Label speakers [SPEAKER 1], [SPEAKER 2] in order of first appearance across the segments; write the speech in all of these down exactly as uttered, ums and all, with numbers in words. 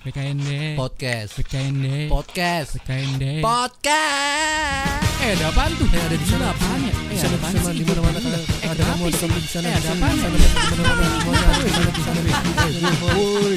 [SPEAKER 1] B K N D
[SPEAKER 2] Podcast.
[SPEAKER 1] B K N D
[SPEAKER 2] Podcast.
[SPEAKER 1] B K N D
[SPEAKER 2] Podcast.
[SPEAKER 1] Eh ada apaan tuh?
[SPEAKER 2] Eh ada di sana
[SPEAKER 1] apaan ya?
[SPEAKER 2] Di
[SPEAKER 1] Eh
[SPEAKER 2] sana
[SPEAKER 1] ada
[SPEAKER 2] di sana di mana-mana
[SPEAKER 1] Eh
[SPEAKER 2] ada kamu ada kamu di sana.
[SPEAKER 1] Eh ada apaan?
[SPEAKER 2] Di mana-mana semuanya ada di sana di sana. Woi.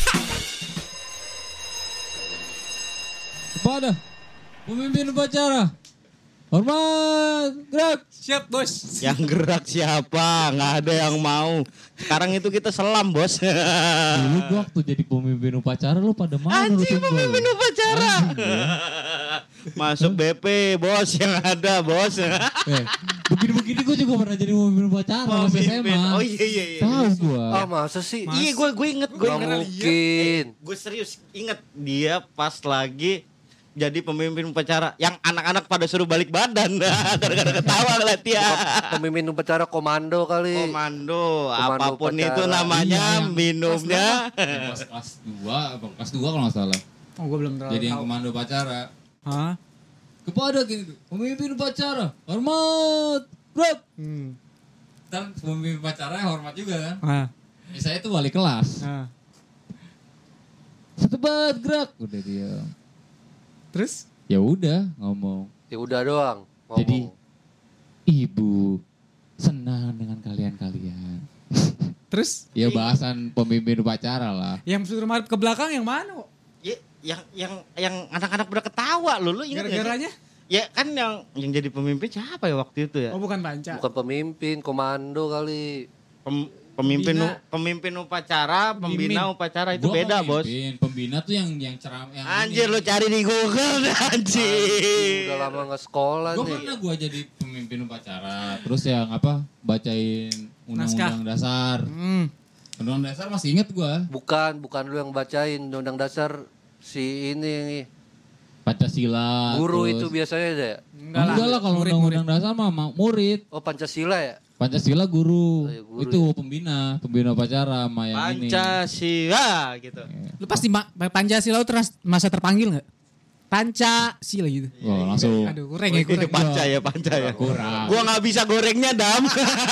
[SPEAKER 3] Kepada pemimpin upacara, hormat, gerak.
[SPEAKER 1] Siap bos.
[SPEAKER 4] Yang gerak siapa? Nggak ada yang mau. Sekarang itu kita selam, bos.
[SPEAKER 3] Dulu gua waktu jadi pemimpin upacara lu pada mana?
[SPEAKER 4] Anjing pemimpin upacara. Masuk B P, bos, yang ada, bos.
[SPEAKER 3] Eh, begini-begini gua juga pernah jadi pemimpin upacara pas S M A.
[SPEAKER 4] Oh iya iya iya.
[SPEAKER 3] Tahu gua.
[SPEAKER 2] Ah masa sih?
[SPEAKER 4] Iya, gue gue inget, gue
[SPEAKER 2] Gak
[SPEAKER 4] inget.
[SPEAKER 2] mungkin.
[SPEAKER 4] Gue serius inget dia pas lagi jadi pemimpin upacara yang anak-anak pada suruh balik badan gara-gara ketawa ngeliat dia.
[SPEAKER 2] Pemimpin upacara komando kali.
[SPEAKER 4] Komando,
[SPEAKER 2] Komando
[SPEAKER 4] apapun
[SPEAKER 2] upacara.
[SPEAKER 4] itu namanya,
[SPEAKER 3] Iya, yang
[SPEAKER 4] minumnya.
[SPEAKER 3] Ya, pas kelas dua, apa kelas dua kalau nggak salah.
[SPEAKER 1] Oh gue belum tahu.
[SPEAKER 3] Jadi yang komando upacara.
[SPEAKER 1] Hah?
[SPEAKER 3] Kepada gitu, pemimpin upacara, hormat, gerak.
[SPEAKER 1] Hmm.
[SPEAKER 3] Ntar pemimpin upacara hormat juga kan.
[SPEAKER 1] Ah.
[SPEAKER 3] Ya, saya tuh wali kelas.
[SPEAKER 1] Ah.
[SPEAKER 3] Setebat gerak. Udah dia.
[SPEAKER 1] Terus?
[SPEAKER 3] Ya udah ngomong.
[SPEAKER 2] Ya udah doang. Ngomong.
[SPEAKER 3] Jadi ibu senang dengan kalian-kalian.
[SPEAKER 1] Terus?
[SPEAKER 3] Ya bahasan pemimpin upacara lah.
[SPEAKER 1] Yang suruh marip ke belakang yang mana kok?
[SPEAKER 4] Ya, yang yang yang anak-anak udah ketawa lu, lu ingat nggak sih?
[SPEAKER 1] Gara-garanya?
[SPEAKER 4] Ya kan yang yang jadi pemimpin siapa ya waktu itu ya?
[SPEAKER 1] Oh bukan Panca.
[SPEAKER 2] Bukan pemimpin, komando kali.
[SPEAKER 4] Pem- pemimpin
[SPEAKER 1] Pembina.
[SPEAKER 4] u- pemimpin upacara, pembina
[SPEAKER 1] Pemimpin.
[SPEAKER 4] upacara itu
[SPEAKER 3] Gua
[SPEAKER 4] beda, Bos.
[SPEAKER 3] pemimpin. Pembina tuh yang yang ceram yang
[SPEAKER 4] Anjir
[SPEAKER 3] ini.
[SPEAKER 4] lu cari di Google dah, anjir.
[SPEAKER 2] Udah lama nggak sekolah
[SPEAKER 3] Gue
[SPEAKER 2] nih.
[SPEAKER 3] pernah gue jadi pemimpin upacara. Terus yang apa? Bacain undang-undang dasar.
[SPEAKER 1] Hmm.
[SPEAKER 3] Undang-undang dasar masih inget gue.
[SPEAKER 2] Bukan, bukan lu yang bacain undang dasar si ini
[SPEAKER 3] Pancasila.
[SPEAKER 2] guru
[SPEAKER 3] terus-
[SPEAKER 2] itu biasanya ada ya?
[SPEAKER 1] Enggak lah.
[SPEAKER 3] Enggak lah kalau
[SPEAKER 1] Murid,
[SPEAKER 3] undang-undang dasar mah ma- murid.
[SPEAKER 2] Oh Pancasila ya?
[SPEAKER 3] Pancasila guru.
[SPEAKER 2] Oh, ya, guru
[SPEAKER 3] itu pembina, pembina upacara sama yang ini.
[SPEAKER 4] Pancasila gitu.
[SPEAKER 1] Lu pasti ma- Pancasila lu terus masa terpanggil nggak? Pancasila gitu.
[SPEAKER 3] Oh, langsung.
[SPEAKER 1] Aduh kurang ya kurang.
[SPEAKER 4] Itu panca ya, panca ya.
[SPEAKER 3] Kurang.
[SPEAKER 4] Gua nggak bisa gorengnya, Dam.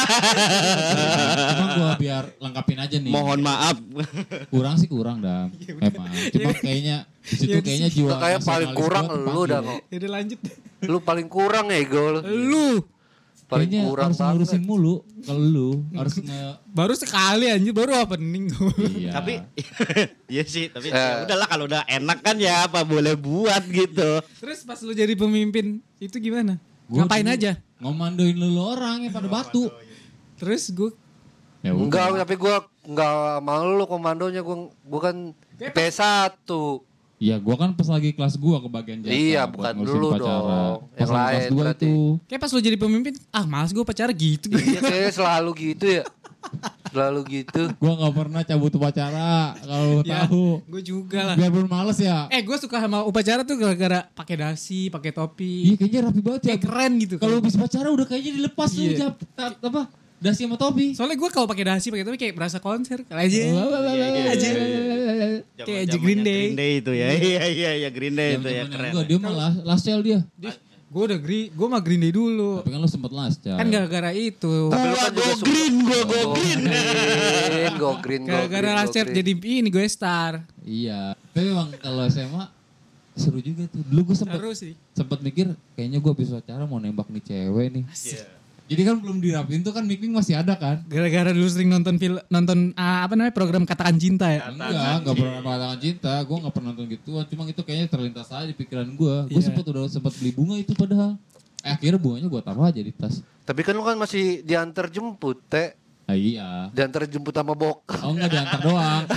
[SPEAKER 3] Cuma gue biar lengkapin aja nih.
[SPEAKER 4] Mohon maaf.
[SPEAKER 3] Kurang sih kurang dah. Emang. Cuma kayaknya di situ
[SPEAKER 1] Ya, di
[SPEAKER 3] kayaknya jiwa
[SPEAKER 2] Udah kayak paling
[SPEAKER 3] nasionalis
[SPEAKER 2] kurang
[SPEAKER 3] gua
[SPEAKER 2] lu
[SPEAKER 3] terpanggil.
[SPEAKER 2] dah kok.
[SPEAKER 1] Ya udah lanjut.
[SPEAKER 2] Lu paling kurang ya gol.
[SPEAKER 1] Lu
[SPEAKER 2] Paling
[SPEAKER 3] Kayaknya
[SPEAKER 2] kurang
[SPEAKER 3] harus
[SPEAKER 2] banget.
[SPEAKER 3] ngurusin mulu. Kalau lu harus nge...
[SPEAKER 1] baru sekali anjir baru opening.
[SPEAKER 3] Iya.
[SPEAKER 4] Tapi iya sih, tapi
[SPEAKER 2] Eh.
[SPEAKER 4] ya udahlah kalau udah enak kan ya apa boleh buat gitu.
[SPEAKER 1] Terus pas lu jadi pemimpin itu gimana?
[SPEAKER 3] Gua
[SPEAKER 1] Ngapain
[SPEAKER 3] dulu
[SPEAKER 1] aja?
[SPEAKER 3] Ngomandoin lu orang yang pada batu.
[SPEAKER 1] Terus gue
[SPEAKER 3] Ya
[SPEAKER 2] Enggak, tapi gua enggak mau lu komandonya, gua gua kan P satu.
[SPEAKER 3] Iya, gua kan pas lagi kelas gua kebagian jatah.
[SPEAKER 2] Iya,
[SPEAKER 3] buat
[SPEAKER 2] bukan
[SPEAKER 3] ngurusin
[SPEAKER 2] dulu
[SPEAKER 3] upacara.
[SPEAKER 2] dong.
[SPEAKER 3] Pas
[SPEAKER 2] Yang
[SPEAKER 3] lagi kelas
[SPEAKER 2] lain
[SPEAKER 3] dua
[SPEAKER 2] berarti.
[SPEAKER 3] itu.
[SPEAKER 1] kayak pas lu jadi pemimpin, ah males gue pacara gitu.
[SPEAKER 2] Iya kayaknya selalu gitu ya. Selalu gitu.
[SPEAKER 3] Gua nggak pernah cabut upacara kalau lu
[SPEAKER 1] Ya,
[SPEAKER 3] tahu.
[SPEAKER 1] gue juga lah.
[SPEAKER 3] Biarpun males ya.
[SPEAKER 1] Eh gue suka sama upacara tuh gara-gara pakai dasi, pakai
[SPEAKER 3] Iya,
[SPEAKER 1] topi.
[SPEAKER 3] kayaknya rapi banget ya.
[SPEAKER 1] Kayak keren gitu.
[SPEAKER 3] Kalau habis upacara udah kayaknya dilepas tuh
[SPEAKER 1] Iya.
[SPEAKER 3] jap, ta- apa? Dasi sama topi.
[SPEAKER 1] Soalnya gue kalau pakai dasi, pakai topi kayak berasa konser. Aja.
[SPEAKER 4] Iya, iya,
[SPEAKER 1] Aja.
[SPEAKER 4] Zaman-zamannya
[SPEAKER 1] Kayak aja Green Day.
[SPEAKER 4] Green Day itu ya. Iya iya iya Green Day itu ya
[SPEAKER 3] Zaman-zaman
[SPEAKER 4] keren.
[SPEAKER 3] Gua, dia malah last sale dia.
[SPEAKER 1] Gue udah gri, gue mah Green Day dulu.
[SPEAKER 3] Tapi kan lu sempet last ya.
[SPEAKER 1] Kan gara-gara itu.
[SPEAKER 2] Tapi lu
[SPEAKER 4] Gua
[SPEAKER 2] kan
[SPEAKER 4] go
[SPEAKER 2] juga suka-
[SPEAKER 4] green, gua go green.
[SPEAKER 2] Green, go green, go
[SPEAKER 1] Gara-gara
[SPEAKER 2] green, go
[SPEAKER 1] last year
[SPEAKER 2] green.
[SPEAKER 1] jadi ini gue star.
[SPEAKER 3] Iya. Tapi memang kalau S M A seru juga tuh. Dulu gue sempet
[SPEAKER 1] Seru sih.
[SPEAKER 3] sempet mikir kayaknya gue habis upacara mau nembak nih cewek nih. Jadi kan belum dirapin tuh kan mic-mic masih ada kan?
[SPEAKER 1] Gara-gara dulu sering nonton film, nonton ah, apa namanya program Katakan Cinta ya.
[SPEAKER 3] Enggak, enggak pernah mengatakan cinta. Gue enggak pernah nonton gituan. Cuma itu kayaknya terlintas aja di pikiran gue. Gue
[SPEAKER 1] Iya.
[SPEAKER 3] sempet udah sempet beli bunga itu padahal. Eh, akhirnya bunganya gue taruh aja di tas.
[SPEAKER 2] Tapi kan lu kan masih diantar jemput, Teh.
[SPEAKER 3] Ah, iya.
[SPEAKER 2] Diantar jemput sama bok.
[SPEAKER 3] Oh enggak diantar doang.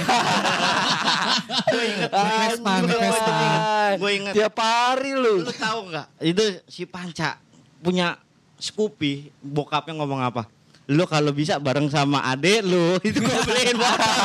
[SPEAKER 4] Gue inget,
[SPEAKER 1] Vespa, naik Vespa.
[SPEAKER 4] gue inget.
[SPEAKER 2] Tiap hari lu.
[SPEAKER 4] Lu tahu nggak? Itu si Panca punya Scoopy, bokapnya ngomong apa? Lu kalau bisa bareng sama adek lu, itu gue beliin motor.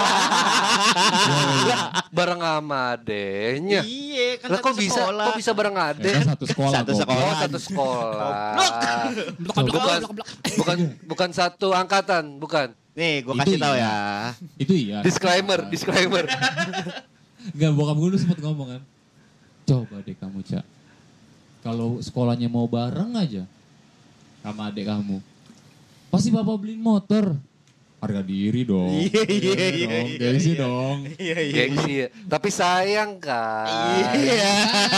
[SPEAKER 2] Bareng sama adenya.
[SPEAKER 4] Iya, kan
[SPEAKER 2] Lah
[SPEAKER 4] satu
[SPEAKER 2] kok bisa
[SPEAKER 4] sekolah.
[SPEAKER 2] kok bisa bareng
[SPEAKER 3] Ya,
[SPEAKER 2] ade?
[SPEAKER 3] kan satu sekolah.
[SPEAKER 4] Satu
[SPEAKER 3] kok.
[SPEAKER 4] sekolah.
[SPEAKER 2] Oh, satu sekolah.
[SPEAKER 1] Blok, blok,
[SPEAKER 2] Bukan
[SPEAKER 1] blok, blok.
[SPEAKER 2] bukan bukan satu angkatan, bukan.
[SPEAKER 4] Nih, gue
[SPEAKER 3] Itu
[SPEAKER 4] kasih tahu
[SPEAKER 3] iya.
[SPEAKER 4] ya.
[SPEAKER 3] Itu iya.
[SPEAKER 2] Disclaimer, disclaimer.
[SPEAKER 3] Enggak, bokap gue dulu sempet ngomong kan. Coba deh kamu, Cak. Kalau sekolahnya mau bareng aja sama adik kamu. Pasti bapak beliin motor. harga diri dong.
[SPEAKER 4] Iya, iya,
[SPEAKER 3] Iya
[SPEAKER 4] iya,
[SPEAKER 3] dong,
[SPEAKER 4] iya,
[SPEAKER 3] gengsi
[SPEAKER 4] iya.
[SPEAKER 3] dong.
[SPEAKER 4] Iya iya.
[SPEAKER 2] Gengsi ya. Tapi sayang kan.
[SPEAKER 4] Iya.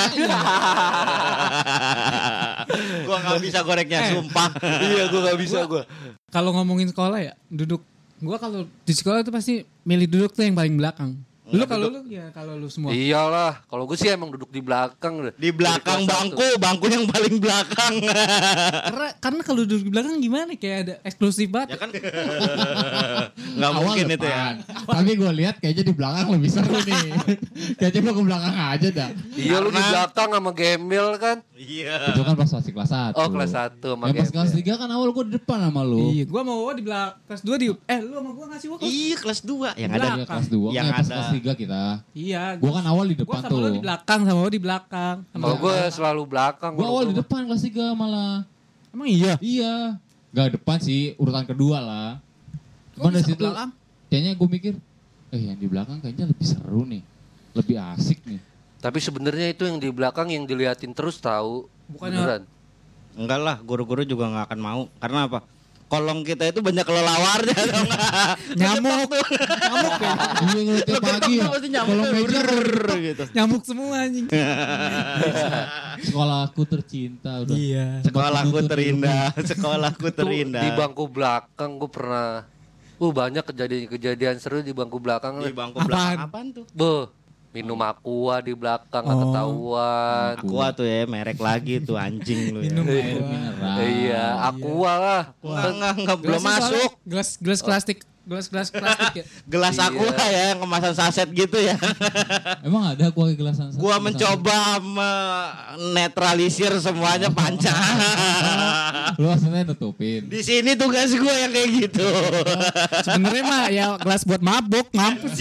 [SPEAKER 4] Gua nggak bisa goreknya, sumpah.
[SPEAKER 2] Iya, gue gak bisa gue.
[SPEAKER 1] Kalau ngomongin sekolah ya, duduk. Gua kalau di sekolah itu pasti milih duduk tuh yang paling belakang. Lu kalau lu ya kalau lu semua.
[SPEAKER 2] Iyalah, kalau gue sih emang duduk di belakang.
[SPEAKER 4] Di belakang
[SPEAKER 2] Di kelas
[SPEAKER 4] bangku,
[SPEAKER 2] satu.
[SPEAKER 4] bangku yang paling belakang.
[SPEAKER 1] Karena karena kalau duduk di belakang gimana kayak ada eksklusif
[SPEAKER 4] Ya
[SPEAKER 1] banget.
[SPEAKER 4] kan? Nggak
[SPEAKER 3] Awal
[SPEAKER 4] mungkin itu ya.
[SPEAKER 3] depan. Tapi gue lihat kayaknya di belakang lebih seru nih. Kayaknya lu ke belakang aja dah.
[SPEAKER 2] Iya, lu di
[SPEAKER 4] Karena-
[SPEAKER 2] belakang sama gembel kan.
[SPEAKER 4] Iya.
[SPEAKER 3] Itu kan pas masih kelas satu.
[SPEAKER 2] Oh, kelas satu sama
[SPEAKER 3] Ya pas
[SPEAKER 2] gembel.
[SPEAKER 3] kelas tiga kan awal gue di depan sama lu.
[SPEAKER 1] Iya, gua mau di belakang kelas dua di eh lu sama gua ngasih gua kelas.
[SPEAKER 4] Iya kelas dua yang
[SPEAKER 1] Belakang.
[SPEAKER 4] ada.
[SPEAKER 3] Iya kelas dua.
[SPEAKER 4] Yang
[SPEAKER 3] Yang pas
[SPEAKER 4] ada.
[SPEAKER 3] kelas tiga kita.
[SPEAKER 1] Iya.
[SPEAKER 3] Gue kan awal di
[SPEAKER 1] Gua
[SPEAKER 3] depan
[SPEAKER 1] sama
[SPEAKER 3] tuh.
[SPEAKER 1] lu di belakang sama lu di belakang. Sama
[SPEAKER 2] Kalau gue
[SPEAKER 1] gua.
[SPEAKER 2] selalu belakang.
[SPEAKER 3] Gue
[SPEAKER 2] kalau
[SPEAKER 3] awal
[SPEAKER 2] gua.
[SPEAKER 3] di depan kelas tiga malah.
[SPEAKER 1] Emang iya.
[SPEAKER 3] Iya. Gak depan sih, urutan kedua lah.
[SPEAKER 1] Kok
[SPEAKER 3] Cuman dari
[SPEAKER 1] bisa
[SPEAKER 3] situ
[SPEAKER 1] belakang?
[SPEAKER 3] kayaknya gue mikir, eh yang di belakang kayaknya lebih seru nih. Lebih asik nih.
[SPEAKER 2] Tapi sebenarnya itu yang di belakang yang diliatin terus tahu.
[SPEAKER 1] Bukannya-
[SPEAKER 2] Beneran.
[SPEAKER 4] Enggak lah, guru-guru juga nggak akan mau. Karena apa? Kolong kita itu banyak kelelawarnya. tau nggak?
[SPEAKER 1] Nyamuk. Nyamuk ya.
[SPEAKER 3] Iya kalau tiap pagi ya.
[SPEAKER 4] Pasti nyamuk
[SPEAKER 3] Kalau meja
[SPEAKER 4] brrrr gitu.
[SPEAKER 1] Nyamuk semua anjing.
[SPEAKER 3] sekolahku tercinta udah.
[SPEAKER 1] Iya.
[SPEAKER 4] Sekolahku terindah, sekolahku
[SPEAKER 2] Tuh,
[SPEAKER 4] terindah.
[SPEAKER 2] di bangku belakang gue pernah. Uh banyak kejadian-kejadian seru di bangku belakang.
[SPEAKER 4] Di
[SPEAKER 2] lah.
[SPEAKER 4] bangku
[SPEAKER 1] Apaan?
[SPEAKER 4] belakang apaan tuh?
[SPEAKER 2] Beuh, minum aqua di belakang nggak
[SPEAKER 1] Oh.
[SPEAKER 2] ketahuan.
[SPEAKER 4] Aqua tuh ya, merek lagi tuh anjing lu ya.
[SPEAKER 1] Minum
[SPEAKER 3] Air
[SPEAKER 1] aqua.
[SPEAKER 3] mineral.
[SPEAKER 2] Iya, aqua lah.
[SPEAKER 4] Enggak, enggak, enggak, belum
[SPEAKER 1] Gelasnya soalnya
[SPEAKER 4] masuk.
[SPEAKER 1] Gelas gelas plastik, gelas gelas plastik ya.
[SPEAKER 4] Gelas
[SPEAKER 2] Iya.
[SPEAKER 4] aqua ya yang kemasan saset gitu ya.
[SPEAKER 3] Emang ada gua gelasan.
[SPEAKER 4] Gua mencoba menetralisir semuanya panca.
[SPEAKER 3] Lu asalnya nutupin.
[SPEAKER 4] Di sini tugas gua yang kayak gitu.
[SPEAKER 1] Sebenarnya mah ya gelas buat mabuk, mampus.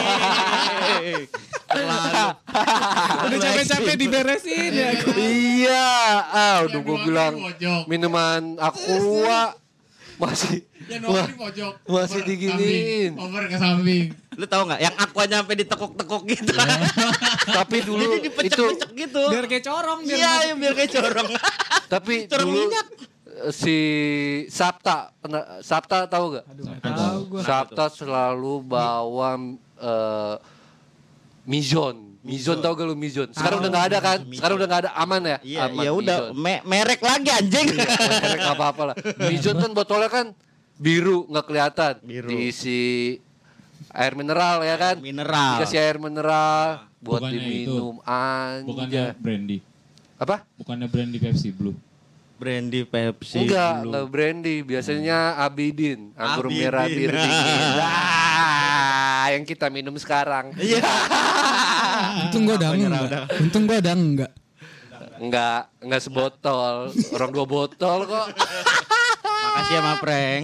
[SPEAKER 4] Terlalu.
[SPEAKER 1] Udah capek-capek diberesin ya.
[SPEAKER 2] Iya, ah udah gue
[SPEAKER 3] nongkrong
[SPEAKER 2] bilang
[SPEAKER 3] di pojok.
[SPEAKER 2] minuman aqua masih wah,
[SPEAKER 3] pojok.
[SPEAKER 2] masih diginiin.
[SPEAKER 3] Over ke samping.
[SPEAKER 4] Lu tahu nggak yang aqua nyampe ditekuk-tekuk gitu.
[SPEAKER 2] Tapi dulu
[SPEAKER 4] Jadi
[SPEAKER 2] itu
[SPEAKER 4] dipecek-pecek gitu.
[SPEAKER 1] Biar kayak corong biar
[SPEAKER 4] Iya, ya, biar kayak corong.
[SPEAKER 2] tapi
[SPEAKER 4] Corong
[SPEAKER 2] dulu
[SPEAKER 4] minyak.
[SPEAKER 2] eh, si Sabta, pernah- Sabta tahu gak?
[SPEAKER 1] Aduh, nggak tahu gua.
[SPEAKER 2] Sabta selalu bawa eh, Mizon. Mizon tau gak lu Mizon? Sekarang udah gak ada kan? Sekarang udah gak ada, aman ya?
[SPEAKER 4] Iya,
[SPEAKER 2] Aman,
[SPEAKER 4] ya udah
[SPEAKER 2] Mizon.
[SPEAKER 4] me- merek lagi anjing.
[SPEAKER 2] Merek gak apa-apa lah. Mizon kan botolnya kan biru, gak kelihatan.
[SPEAKER 4] Biru.
[SPEAKER 2] Diisi air mineral ya kan?
[SPEAKER 4] Mineral.
[SPEAKER 2] Dikasih air mineral buat
[SPEAKER 3] Bukannya
[SPEAKER 2] diminum
[SPEAKER 3] Bukannya
[SPEAKER 2] anjay.
[SPEAKER 3] brandy.
[SPEAKER 2] Apa?
[SPEAKER 3] Bukannya brandy Pepsi Blue.
[SPEAKER 4] Brandy Pepsi.
[SPEAKER 2] Enggak,
[SPEAKER 4] Blue.
[SPEAKER 2] enggak brandy. Biasanya Abidin, anggur
[SPEAKER 4] Abidin.
[SPEAKER 2] merah bir dingin. Ah, yang kita minum sekarang.
[SPEAKER 4] Iya.
[SPEAKER 1] Untung gua dang enggak. Untung gua dang enggak.
[SPEAKER 2] Enggak, enggak sebotol. Orang dua botol kok.
[SPEAKER 4] Makasih ya, Mapreng.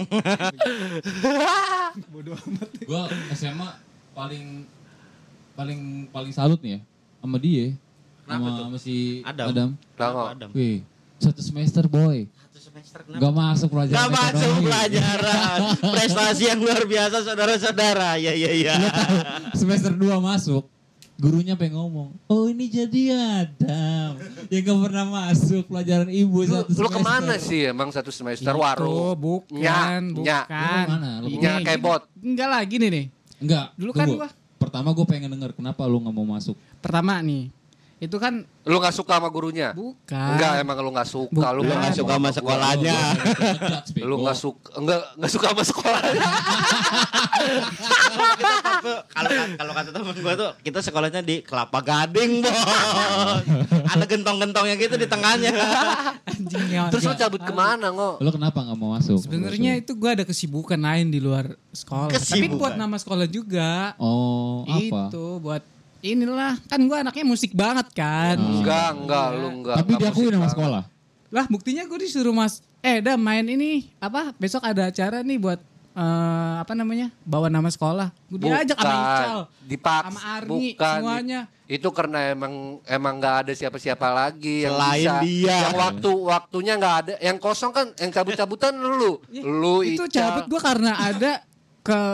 [SPEAKER 3] Gua S M A paling paling paling salut nih ya sama dia.
[SPEAKER 4] Kenapa
[SPEAKER 3] Sama,
[SPEAKER 4] tuh?
[SPEAKER 3] sama si
[SPEAKER 4] Adam.
[SPEAKER 3] Adam.
[SPEAKER 2] Tanggo.
[SPEAKER 4] Adam.
[SPEAKER 3] Wih, satu semester boy.
[SPEAKER 4] Satu semester kenapa?
[SPEAKER 3] Gak masuk pelajaran
[SPEAKER 4] Gak masuk
[SPEAKER 3] ekonomi.
[SPEAKER 4] pelajaran. Prestasi yang luar biasa saudara-saudara. Ya ya ya.
[SPEAKER 3] Lu tahu, semester dua masuk, gurunya pengen ngomong, oh ini jadi Adam yang gak pernah masuk pelajaran ibu
[SPEAKER 2] Lu,
[SPEAKER 3] satu
[SPEAKER 2] lu
[SPEAKER 3] semester.
[SPEAKER 2] kemana sih emang satu semester
[SPEAKER 1] Itu
[SPEAKER 2] warung?
[SPEAKER 1] bukan,
[SPEAKER 2] Nyak, nyak.
[SPEAKER 1] bukan.
[SPEAKER 3] Lu kemana? Lu
[SPEAKER 1] Ini,
[SPEAKER 2] kemana? Kayak bot.
[SPEAKER 1] Enggak lagi nih nih.
[SPEAKER 3] Enggak,
[SPEAKER 1] Dulu kan
[SPEAKER 3] tunggu.
[SPEAKER 1] gua-
[SPEAKER 3] Pertama gue pengen denger kenapa lu gak mau masuk.
[SPEAKER 1] Pertama nih. Itu kan
[SPEAKER 2] Lu gak suka sama gurunya?
[SPEAKER 1] bukan.
[SPEAKER 2] Enggak, emang lu gak suka. Lu
[SPEAKER 4] Lu
[SPEAKER 1] Bukan.
[SPEAKER 4] gak suka sama sekolahnya.
[SPEAKER 2] Lu gak suka, enggak, gak suka sama sekolahnya.
[SPEAKER 4] Kalau kalau kata temen gue tuh kita sekolahnya di Kelapa Gading, Bos. Ada gentong-gentongnya gitu di tengahnya.
[SPEAKER 1] Anjing ya.
[SPEAKER 2] Terus lu cabut kemana, Ngo?
[SPEAKER 3] Lu kenapa gak mau masuk?
[SPEAKER 1] Sebenarnya itu gue ada kesibukan lain di luar sekolah. Tapi
[SPEAKER 4] Kesibukan.
[SPEAKER 1] buat nama sekolah juga.
[SPEAKER 3] Oh, apa?
[SPEAKER 1] Itu buat inilah kan gue anaknya musik banget kan.
[SPEAKER 3] Hmm.
[SPEAKER 2] Enggak, enggak, lu enggak.
[SPEAKER 3] Tapi
[SPEAKER 2] enggak
[SPEAKER 3] diakui
[SPEAKER 2] musik
[SPEAKER 3] nama
[SPEAKER 2] banget.
[SPEAKER 3] sekolah.
[SPEAKER 1] Lah buktinya gue disuruh mas. Eh, dah main ini apa? Besok ada acara nih buat eh, apa namanya? Bawa nama sekolah. Gue diajak sama Ical,
[SPEAKER 2] dipaksa,
[SPEAKER 1] sama Arni,
[SPEAKER 2] bukan.
[SPEAKER 1] semuanya.
[SPEAKER 2] Itu karena emang emang nggak ada siapa-siapa lagi yang
[SPEAKER 4] Selain
[SPEAKER 2] bisa.
[SPEAKER 4] dia.
[SPEAKER 2] Yang waktu waktunya nggak ada, yang kosong kan, yang cabut-cabutan lu, lu
[SPEAKER 1] itu
[SPEAKER 2] Ical.
[SPEAKER 1] cabut gue karena ada ke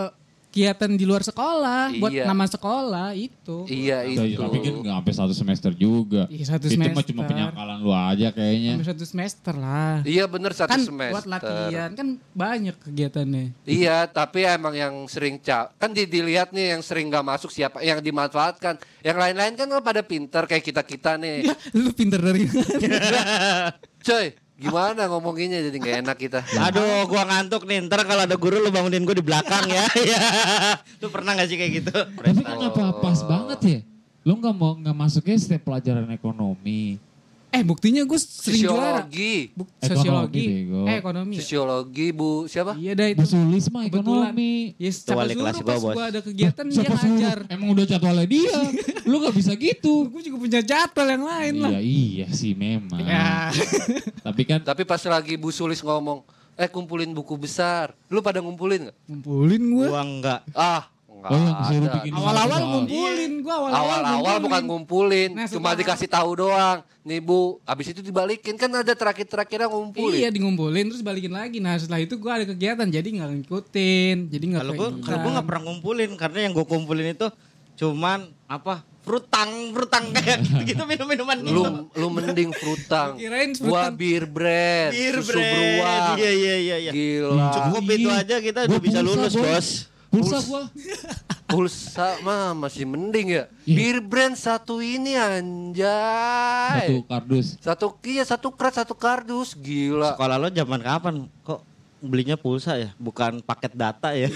[SPEAKER 1] kegiatan di luar sekolah, buat
[SPEAKER 2] Iya.
[SPEAKER 1] nama sekolah itu.
[SPEAKER 2] Iya
[SPEAKER 3] Ya,
[SPEAKER 2] itu.
[SPEAKER 3] tapi kan nggak sampai satu semester juga.
[SPEAKER 1] Iya, satu
[SPEAKER 3] Itu mah
[SPEAKER 1] semester.
[SPEAKER 3] cuma penyangkalan lu aja kayaknya.
[SPEAKER 1] Sampai satu semester lah.
[SPEAKER 2] Iya bener satu
[SPEAKER 1] Kan
[SPEAKER 2] semester.
[SPEAKER 1] buat latihan kan banyak kegiatannya.
[SPEAKER 2] Iya, tapi emang yang sering ca kan di, dilihat nih yang sering nggak masuk siapa yang dimanfaatkan. Yang lain-lain kan pada pinter kayak kita-kita nih.
[SPEAKER 1] Lu pinter dari mana?
[SPEAKER 2] Coy, gimana ngomonginnya jadi nggak enak kita.
[SPEAKER 4] Aduh, gua ngantuk nih. Ntar kalau ada guru lu bangunin gua di belakang ya. Iya. Lu pernah gak sih kayak gitu?
[SPEAKER 3] Tapi kenapa pas banget ya? Lu nggak mau nggak masuknya setiap pelajaran ekonomi?
[SPEAKER 1] Eh buktinya gue sering juara.
[SPEAKER 2] Sosiologi,
[SPEAKER 1] Buk-
[SPEAKER 3] Ekonomi,
[SPEAKER 1] sosiologi.
[SPEAKER 3] bego.
[SPEAKER 1] Eh ekonomi.
[SPEAKER 2] sosiologi Bu siapa?
[SPEAKER 1] Iya dah itu.
[SPEAKER 3] Bu Sulis mah
[SPEAKER 1] Kebetulan.
[SPEAKER 3] ekonomi.
[SPEAKER 1] Ya siapa
[SPEAKER 4] wali
[SPEAKER 1] suruh
[SPEAKER 4] kelas
[SPEAKER 1] pas
[SPEAKER 4] gua, Bos.
[SPEAKER 1] gue ada kegiatan dia
[SPEAKER 3] Siapa suruh?
[SPEAKER 1] ngajar.
[SPEAKER 3] Emang udah jadwalnya dia. Lu nggak bisa gitu.
[SPEAKER 1] Gue juga punya jadwal yang lain lah.
[SPEAKER 3] Iya iya sih memang.
[SPEAKER 1] Ya.
[SPEAKER 3] Tapi kan
[SPEAKER 2] Tapi pas lagi Bu Sulis ngomong, eh kumpulin buku besar. Lu pada ngumpulin nggak?
[SPEAKER 1] Ngumpulin gue.
[SPEAKER 4] Gua enggak.
[SPEAKER 2] Ah, nggak
[SPEAKER 3] Oh, yang suruh
[SPEAKER 2] ada.
[SPEAKER 3] bikin
[SPEAKER 1] Awal-awal
[SPEAKER 3] soal.
[SPEAKER 1] ngumpulin gue awal-awal.
[SPEAKER 2] Awal-awal
[SPEAKER 1] ngumpulin.
[SPEAKER 2] bukan ngumpulin,
[SPEAKER 1] Nah,
[SPEAKER 2] cuma
[SPEAKER 1] setelah-
[SPEAKER 2] dikasih tahu doang. Nih Bu, abis itu dibalikin kan ada terakhir-terakhirnya ngumpulin.
[SPEAKER 1] Iya di ngumpulin terus balikin lagi. Nah setelah itu gue ada kegiatan jadi nggak ngikutin. Jadi nggak
[SPEAKER 4] Kalau gua kalau gua enggak pernah ngumpulin karena yang gua kumpulin itu cuman apa? Frutang, frutang kayak gitu minum-minuman gitu.
[SPEAKER 2] Lu lu mending frutang.
[SPEAKER 1] Kirain
[SPEAKER 2] Gua
[SPEAKER 1] frutang.
[SPEAKER 2] bir brand,
[SPEAKER 4] Bir
[SPEAKER 2] susu
[SPEAKER 4] brand.
[SPEAKER 2] beruang.
[SPEAKER 4] Iya iya iya iya.
[SPEAKER 2] Gila.
[SPEAKER 4] Cukup
[SPEAKER 3] Iya.
[SPEAKER 4] itu aja kita
[SPEAKER 3] Gua
[SPEAKER 4] udah bisa
[SPEAKER 3] pulsa,
[SPEAKER 4] lulus,
[SPEAKER 3] Boy.
[SPEAKER 4] Bos.
[SPEAKER 3] pulsa gua.
[SPEAKER 2] Pulsa mah masih mending ya.
[SPEAKER 3] Iya.
[SPEAKER 2] Bir brand satu ini anjay.
[SPEAKER 3] Satu kardus.
[SPEAKER 2] Satu iya satu krat satu kardus gila.
[SPEAKER 4] Sekolah lo zaman kapan? Kok belinya pulsa ya, bukan paket data ya?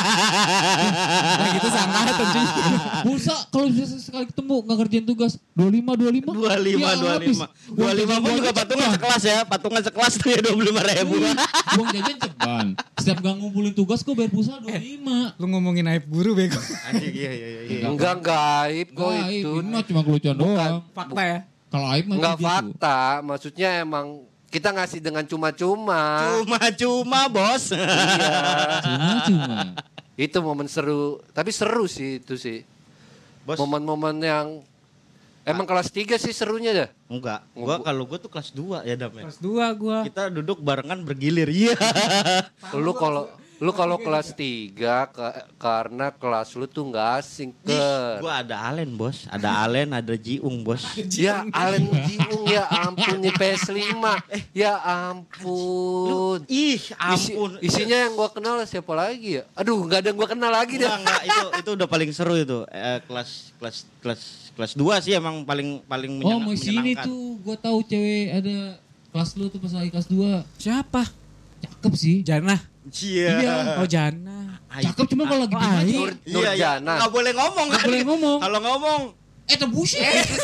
[SPEAKER 1] Nah gitu sangkatan cuy.
[SPEAKER 3] Pulsa kalau bisa sekali ketemu nggak kerjain tugas dua puluh lima dua puluh lima.
[SPEAKER 4] dua puluh lima, dua puluh lima. dua puluh lima pun juga patungan sekelas ya, patungan sekelas tuh ya dua puluh lima ribu.
[SPEAKER 3] Uang jajan ceban. Setiap gak ngumpulin tugas gue bayar pulsa dua puluh lima.
[SPEAKER 1] Lu ngomongin aib guru bego.
[SPEAKER 4] Anjing iya iya iya.
[SPEAKER 2] Enggak gaib kok
[SPEAKER 3] Gaib,
[SPEAKER 2] itu.
[SPEAKER 3] ini mah cuma kelucuan doang.
[SPEAKER 1] Fakta ya.
[SPEAKER 3] Kalau aib mah
[SPEAKER 2] Enggak
[SPEAKER 3] gitu.
[SPEAKER 2] fakta, maksudnya emang kita ngasih dengan cuma-cuma.
[SPEAKER 4] Cuma-cuma, Bos.
[SPEAKER 3] Cuma-cuma.
[SPEAKER 2] Itu momen seru, tapi seru sih itu sih.
[SPEAKER 4] Bos.
[SPEAKER 2] Momen-momen yang emang kelas tiga sih serunya dah.
[SPEAKER 4] Enggak, gua kalau gua tuh kelas dua ya Dam ya.
[SPEAKER 1] Kelas dua gue.
[SPEAKER 4] Kita duduk barengan bergilir. Iya.
[SPEAKER 2] Lu kalau lu kalau kelas tiga ke- karena kelas lu tuh nggak asing ke.
[SPEAKER 4] Gua ada Alen, Bos. Ada Alen, ada Jiung, Bos.
[SPEAKER 2] Ya Alen Jiung ya ampun nih P S lima. Ya ampun.
[SPEAKER 4] Ih,
[SPEAKER 2] Isi-
[SPEAKER 4] ampun.
[SPEAKER 2] isinya yang gua kenal siapa lagi ya? Aduh, nggak ada yang gua kenal lagi
[SPEAKER 4] Enggak,
[SPEAKER 2] dah.
[SPEAKER 4] enggak, itu itu udah paling seru itu. Eh, kelas kelas kelas kelas dua sih emang paling paling
[SPEAKER 3] Oh
[SPEAKER 4] menyang-
[SPEAKER 3] mau sini
[SPEAKER 4] menyenangkan.
[SPEAKER 3] tuh gue tahu cewek ada kelas lu tuh pas lagi kelas dua.
[SPEAKER 1] Siapa?
[SPEAKER 3] Cakep sih.
[SPEAKER 1] Jana.
[SPEAKER 4] Iya.
[SPEAKER 1] Oh Jana.
[SPEAKER 3] Cakep cuma kalau lagi
[SPEAKER 1] Oh,
[SPEAKER 3] diem aja.
[SPEAKER 1] Aik.
[SPEAKER 2] Nur,
[SPEAKER 4] Iya, iya.
[SPEAKER 2] Nurjana.
[SPEAKER 4] Nggak boleh ngomong.
[SPEAKER 3] Nggak
[SPEAKER 4] kan?
[SPEAKER 3] boleh ngomong.
[SPEAKER 4] Kalau ngomong
[SPEAKER 3] Eh tebusi.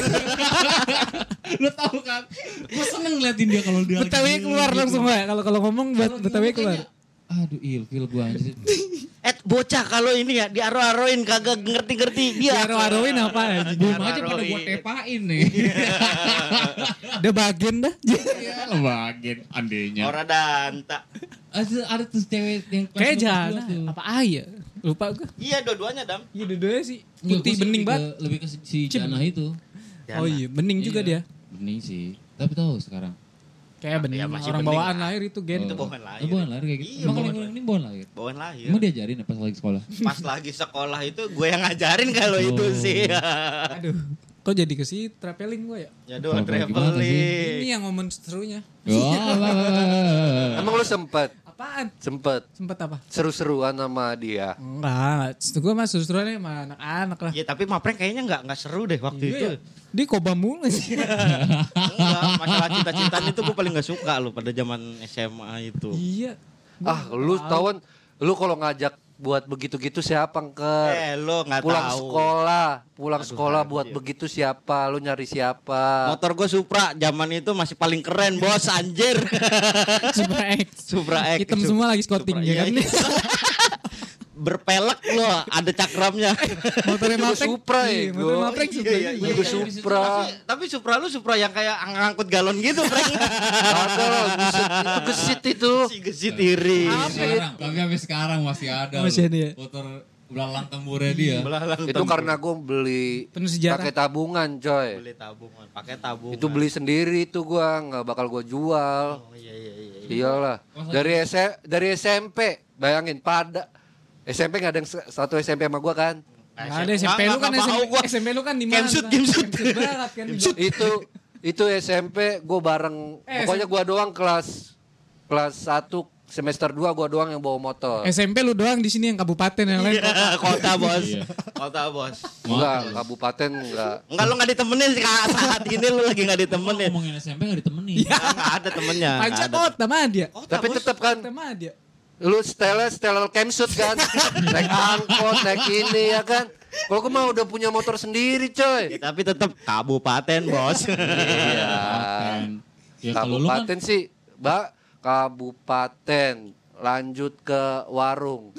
[SPEAKER 3] Lu tahu kan? Gue seneng ngeliatin dia kalau dia lagi
[SPEAKER 1] Betawi
[SPEAKER 3] diem
[SPEAKER 1] keluar
[SPEAKER 3] gitu.
[SPEAKER 1] langsung ya. Kalau kalau ngomong buat
[SPEAKER 3] Kalau
[SPEAKER 1] Betawi
[SPEAKER 3] dia
[SPEAKER 1] keluar.
[SPEAKER 3] kayaknya, Aduh ilfil gue anjir.
[SPEAKER 4] eh bocah kalau ini ya diaro-aroin kagak ngerti-ngerti dia.
[SPEAKER 1] Diaro-aroin apa anjing?
[SPEAKER 3] Belum aja pada
[SPEAKER 4] Diaro-aroin.
[SPEAKER 3] gue tepain nih.
[SPEAKER 1] Udah bagian dah.
[SPEAKER 3] Iya bagian andenya.
[SPEAKER 4] Ora danta.
[SPEAKER 3] Ada, ada tuh cewek yang kelas
[SPEAKER 1] Kayak
[SPEAKER 3] lu kelas
[SPEAKER 1] Jana.
[SPEAKER 3] dua tuh.
[SPEAKER 1] Apa Aya? Lupa gue.
[SPEAKER 4] Iya, dua-duanya, Dam.
[SPEAKER 1] Iya dua-duanya sih.
[SPEAKER 3] Enggak,
[SPEAKER 1] Putih
[SPEAKER 3] gua sih
[SPEAKER 1] bening
[SPEAKER 3] lebih
[SPEAKER 1] banget.
[SPEAKER 3] ke- Lebih ke si
[SPEAKER 1] Cip.
[SPEAKER 3] Jana itu.
[SPEAKER 1] Oh iya bening juga
[SPEAKER 3] Iya,
[SPEAKER 1] dia.
[SPEAKER 3] Bening sih. Tapi tahu sekarang.
[SPEAKER 1] Kayak bening.
[SPEAKER 4] Ya, masih
[SPEAKER 1] Orang
[SPEAKER 4] bening
[SPEAKER 1] bawaan
[SPEAKER 4] lah.
[SPEAKER 1] lahir itu gen.
[SPEAKER 4] Itu
[SPEAKER 3] Oh.
[SPEAKER 4] bawaan lahir.
[SPEAKER 3] Oh, bawaan lahir kayak gitu.
[SPEAKER 4] Iya,
[SPEAKER 3] Emang
[SPEAKER 4] bawaan
[SPEAKER 3] kalau yang ini bawaan lahir.
[SPEAKER 4] Bawaan lahir.
[SPEAKER 3] Emang diajarin ya pas lagi sekolah?
[SPEAKER 4] Pas lagi sekolah itu gue yang ngajarin kalau itu
[SPEAKER 3] Oh.
[SPEAKER 4] sih.
[SPEAKER 1] Aduh. Kok jadi ke si traveling gue ya?
[SPEAKER 4] Ya doh,
[SPEAKER 3] Kalau kayak gimana
[SPEAKER 4] traveling.
[SPEAKER 1] Ini yang momen serunya.
[SPEAKER 3] Wah, wah, wah, wah.
[SPEAKER 2] Emang lu sempet
[SPEAKER 1] Apaan?
[SPEAKER 2] sempet
[SPEAKER 1] Sempet apa?
[SPEAKER 2] seru-seruan sama dia.
[SPEAKER 1] Enggak. Gue mah seru-seruannya sama anak-anak lah.
[SPEAKER 4] Ya tapi Mapreng kayaknya nggak nggak seru deh waktu
[SPEAKER 1] Iya
[SPEAKER 4] itu.
[SPEAKER 1] ya. Dia koba mulu sih.
[SPEAKER 4] Enggak, masalah cinta-cintaan itu gue paling nggak suka loh pada zaman S M A itu.
[SPEAKER 1] Iya.
[SPEAKER 2] Ah, lu tawan lu kalau ngajak buat begitu-gitu siapa ke
[SPEAKER 4] Eh lo nggak
[SPEAKER 2] pulang
[SPEAKER 4] tahu.
[SPEAKER 2] sekolah, pulang
[SPEAKER 4] Aduh,
[SPEAKER 2] sekolah
[SPEAKER 4] aduh,
[SPEAKER 2] buat
[SPEAKER 4] iya.
[SPEAKER 2] begitu siapa? Lu nyari siapa?
[SPEAKER 4] Motor gue Supra zaman itu masih paling keren bos anjir.
[SPEAKER 1] Supra X.
[SPEAKER 4] Supra X.
[SPEAKER 1] Hitam semua lagi scouting
[SPEAKER 4] Supra,
[SPEAKER 1] ya
[SPEAKER 4] iya,
[SPEAKER 1] kan.
[SPEAKER 4] iya. Berpelek lo ada cakramnya.
[SPEAKER 1] Motornya
[SPEAKER 2] Itu
[SPEAKER 1] Mapreng.
[SPEAKER 2] Supra ya,
[SPEAKER 1] Iya,
[SPEAKER 2] gua.
[SPEAKER 1] motornya Mapreng Supra.
[SPEAKER 4] Iya, iya,
[SPEAKER 1] juga.
[SPEAKER 2] Juga
[SPEAKER 4] iya.
[SPEAKER 2] Supra.
[SPEAKER 4] Tapi, tapi Supra lu Supra yang kayak ngangkut galon gitu, Preng.
[SPEAKER 2] Kagak lah, buset, itu gesit itu.
[SPEAKER 4] Si gesit iri.
[SPEAKER 3] Sekarang, tapi sampai sekarang masih ada.
[SPEAKER 1] Masih
[SPEAKER 3] loh.
[SPEAKER 1] ada ya?
[SPEAKER 3] Motor belalang tempurnya dia.
[SPEAKER 4] Belalang
[SPEAKER 2] Itu
[SPEAKER 4] tempur.
[SPEAKER 2] karena gue beli
[SPEAKER 1] Penuh sejarah.
[SPEAKER 2] pakai tabungan, coy.
[SPEAKER 4] beli tabungan, pakai tabungan.
[SPEAKER 2] Itu beli sendiri itu gua, nggak bakal gua jual.
[SPEAKER 4] Oh iya iya iya. iya.
[SPEAKER 2] Iyalah. Dari S dari S M P, bayangin pada S M P gak ada yang se- satu S M P sama gue kan.
[SPEAKER 1] Nggak ada S M P lu kan S M P, S M P lu kan di mana?
[SPEAKER 4] Gamsut, gamsut.
[SPEAKER 1] Gamsut banget kan.
[SPEAKER 2] Itu itu S M P gue bareng,
[SPEAKER 1] Eh,
[SPEAKER 2] pokoknya gue doang kelas kelas satu semester dua gue doang yang bawa motor.
[SPEAKER 1] S M P lu doang di sini yang kabupaten yang lain.
[SPEAKER 4] Iya, kota bos.
[SPEAKER 3] Iya.
[SPEAKER 4] Kota bos.
[SPEAKER 2] Enggak, kabupaten enggak.
[SPEAKER 4] Enggak lu enggak ditemenin sih Kak. Saat ini lu lagi enggak
[SPEAKER 3] Emang
[SPEAKER 4] ditemenin.
[SPEAKER 3] ngomongin S M P gak ditemenin.
[SPEAKER 4] Enggak ada temennya. nggak
[SPEAKER 1] Panca
[SPEAKER 4] ada.
[SPEAKER 1] kota mah dia.
[SPEAKER 2] Tapi tetap kan
[SPEAKER 1] Kota mah dia.
[SPEAKER 2] lu setelah setelah Kemsut kan, naik angkot, naik ini ya kan. Kalau gue mah udah punya motor sendiri coy.
[SPEAKER 4] Ya, tapi tetap kabupaten bos.
[SPEAKER 2] Iya.
[SPEAKER 3] Ya kalau lu kan
[SPEAKER 2] Kabupaten sih, Mbak, kabupaten lanjut ke warung.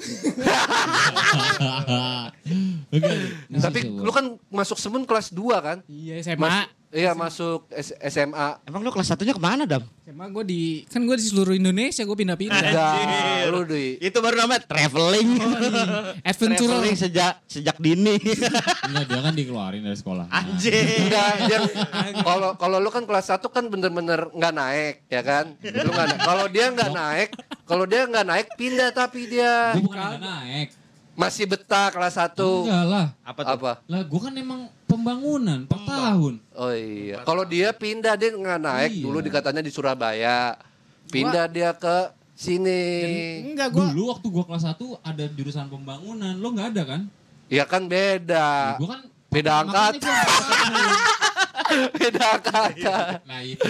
[SPEAKER 3] Enggak,
[SPEAKER 2] Tapi lu kan masuk Semun kelas dua kan?
[SPEAKER 1] Iya S M A.
[SPEAKER 2] Mas, iya masuk S- SMA.
[SPEAKER 4] Emang lu kelas satunya kemana Dam?
[SPEAKER 1] S M A gue di kan gue di seluruh Indonesia gue pindah-pindah.
[SPEAKER 2] Enggak, lu di
[SPEAKER 4] Itu baru namanya traveling.
[SPEAKER 1] Adventure.
[SPEAKER 4] Traveling sejak sejak dini.
[SPEAKER 3] enggak, dia kan dikeluarin dari sekolah.
[SPEAKER 4] Anjir.
[SPEAKER 2] enggak dia kalau kalau lu kan kelas satu kan bener-bener nggak naik ya kan? Lu nggak naik. Kalau dia nggak naik, kalau dia nggak naik pindah tapi dia
[SPEAKER 3] Gue bukan yang nggak naik.
[SPEAKER 2] masih betah kelas satu.
[SPEAKER 3] Enggak lah.
[SPEAKER 4] Apa tuh?
[SPEAKER 2] Apa?
[SPEAKER 3] Lah gue kan emang pembangunan per tahun.
[SPEAKER 2] Oh iya. Kalau dia pindah dia nggak naik
[SPEAKER 3] Iya.
[SPEAKER 2] dulu dikatanya di Surabaya. Pindah dia ke sini.
[SPEAKER 1] Enggak gue.
[SPEAKER 3] Dulu waktu gue kelas satu ada jurusan pembangunan. Lo nggak ada kan?
[SPEAKER 2] Ya kan beda.
[SPEAKER 3] Gue kan
[SPEAKER 2] Beda
[SPEAKER 3] makanya
[SPEAKER 2] angkatan.
[SPEAKER 3] gua-
[SPEAKER 2] Beda kata.
[SPEAKER 3] Nah itu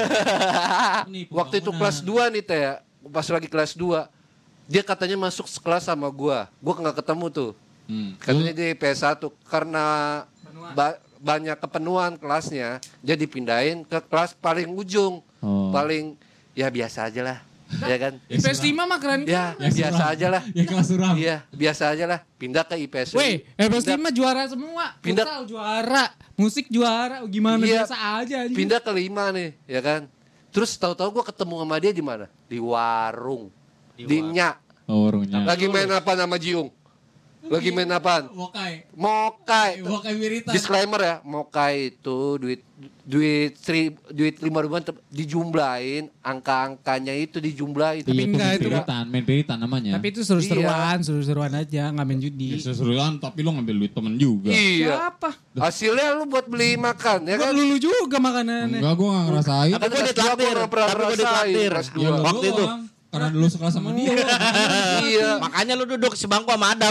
[SPEAKER 3] iya. Ini
[SPEAKER 2] Waktu itu
[SPEAKER 3] pembangunan.
[SPEAKER 2] kelas dua nih teh ya. Pas lagi kelas dua. Dia katanya masuk sekelas sama gua. Gua nggak ketemu tuh.
[SPEAKER 3] Hmm.
[SPEAKER 2] Katanya di I P S satu karena ba- banyak kepenuhan kelasnya, dia dipindahin ke kelas paling ujung.
[SPEAKER 3] Oh.
[SPEAKER 2] Paling ya biasa aja lah. Ya kan?
[SPEAKER 1] I P S lima mah keren
[SPEAKER 2] Ya,
[SPEAKER 1] kan.
[SPEAKER 3] Ya,
[SPEAKER 2] biasa
[SPEAKER 3] suram.
[SPEAKER 2] aja lah.
[SPEAKER 3] Ya kelas suram.
[SPEAKER 2] Iya, biasa aja lah. Pindah ke I P S.
[SPEAKER 1] Weh, I P S
[SPEAKER 2] Pindah-
[SPEAKER 1] lima juara semua.
[SPEAKER 2] Pindah-
[SPEAKER 1] Futsal juara, musik juara. Gimana
[SPEAKER 2] Iya,
[SPEAKER 1] biasa aja anjing.
[SPEAKER 2] Pindah ke lima nih, ya kan? Terus tahu-tahu gua ketemu sama dia di mana? Di warung. Di,
[SPEAKER 4] Di warung.
[SPEAKER 2] Nyak.
[SPEAKER 3] Oh, warungnya.
[SPEAKER 2] Lagi main apa nama Jiung? Lagi main apaan?
[SPEAKER 3] Mokai.
[SPEAKER 2] Mokai.
[SPEAKER 3] Mokai Wirita.
[SPEAKER 2] Disclaimer ya, Mokai itu duit duit seri, duit lima ribuan te- dijumlahin, angka-angkanya itu dijumlahin.
[SPEAKER 1] Tapi
[SPEAKER 3] Iya, itu
[SPEAKER 1] enggak,
[SPEAKER 3] main
[SPEAKER 1] itu
[SPEAKER 3] piritan, main piritan namanya.
[SPEAKER 1] Tapi itu seru-seruan, seru-seruan aja, nggak main judi.
[SPEAKER 3] Ya, seru-seruan, tapi lo ngambil duit temen juga.
[SPEAKER 2] Iya.
[SPEAKER 1] Siapa?
[SPEAKER 2] Hasilnya lu buat beli makan, ya
[SPEAKER 1] Gua
[SPEAKER 2] kan?
[SPEAKER 1] lulu juga makanannya.
[SPEAKER 3] Enggak, gue gak ngerasain.
[SPEAKER 2] Tapi
[SPEAKER 4] Tapi gua
[SPEAKER 2] kelas dua
[SPEAKER 4] ditraktir.
[SPEAKER 2] gua nggak pernah
[SPEAKER 4] Tapi gua
[SPEAKER 2] ngerasain,
[SPEAKER 4] ditraktir.
[SPEAKER 2] kelas
[SPEAKER 3] Ya
[SPEAKER 2] dua.
[SPEAKER 3] lo
[SPEAKER 4] Waktu itu.
[SPEAKER 3] doang. Karena dulu sekelas sama dia. lo.
[SPEAKER 2] Iya.
[SPEAKER 4] Makanya lu duduk sebangku sama Adam.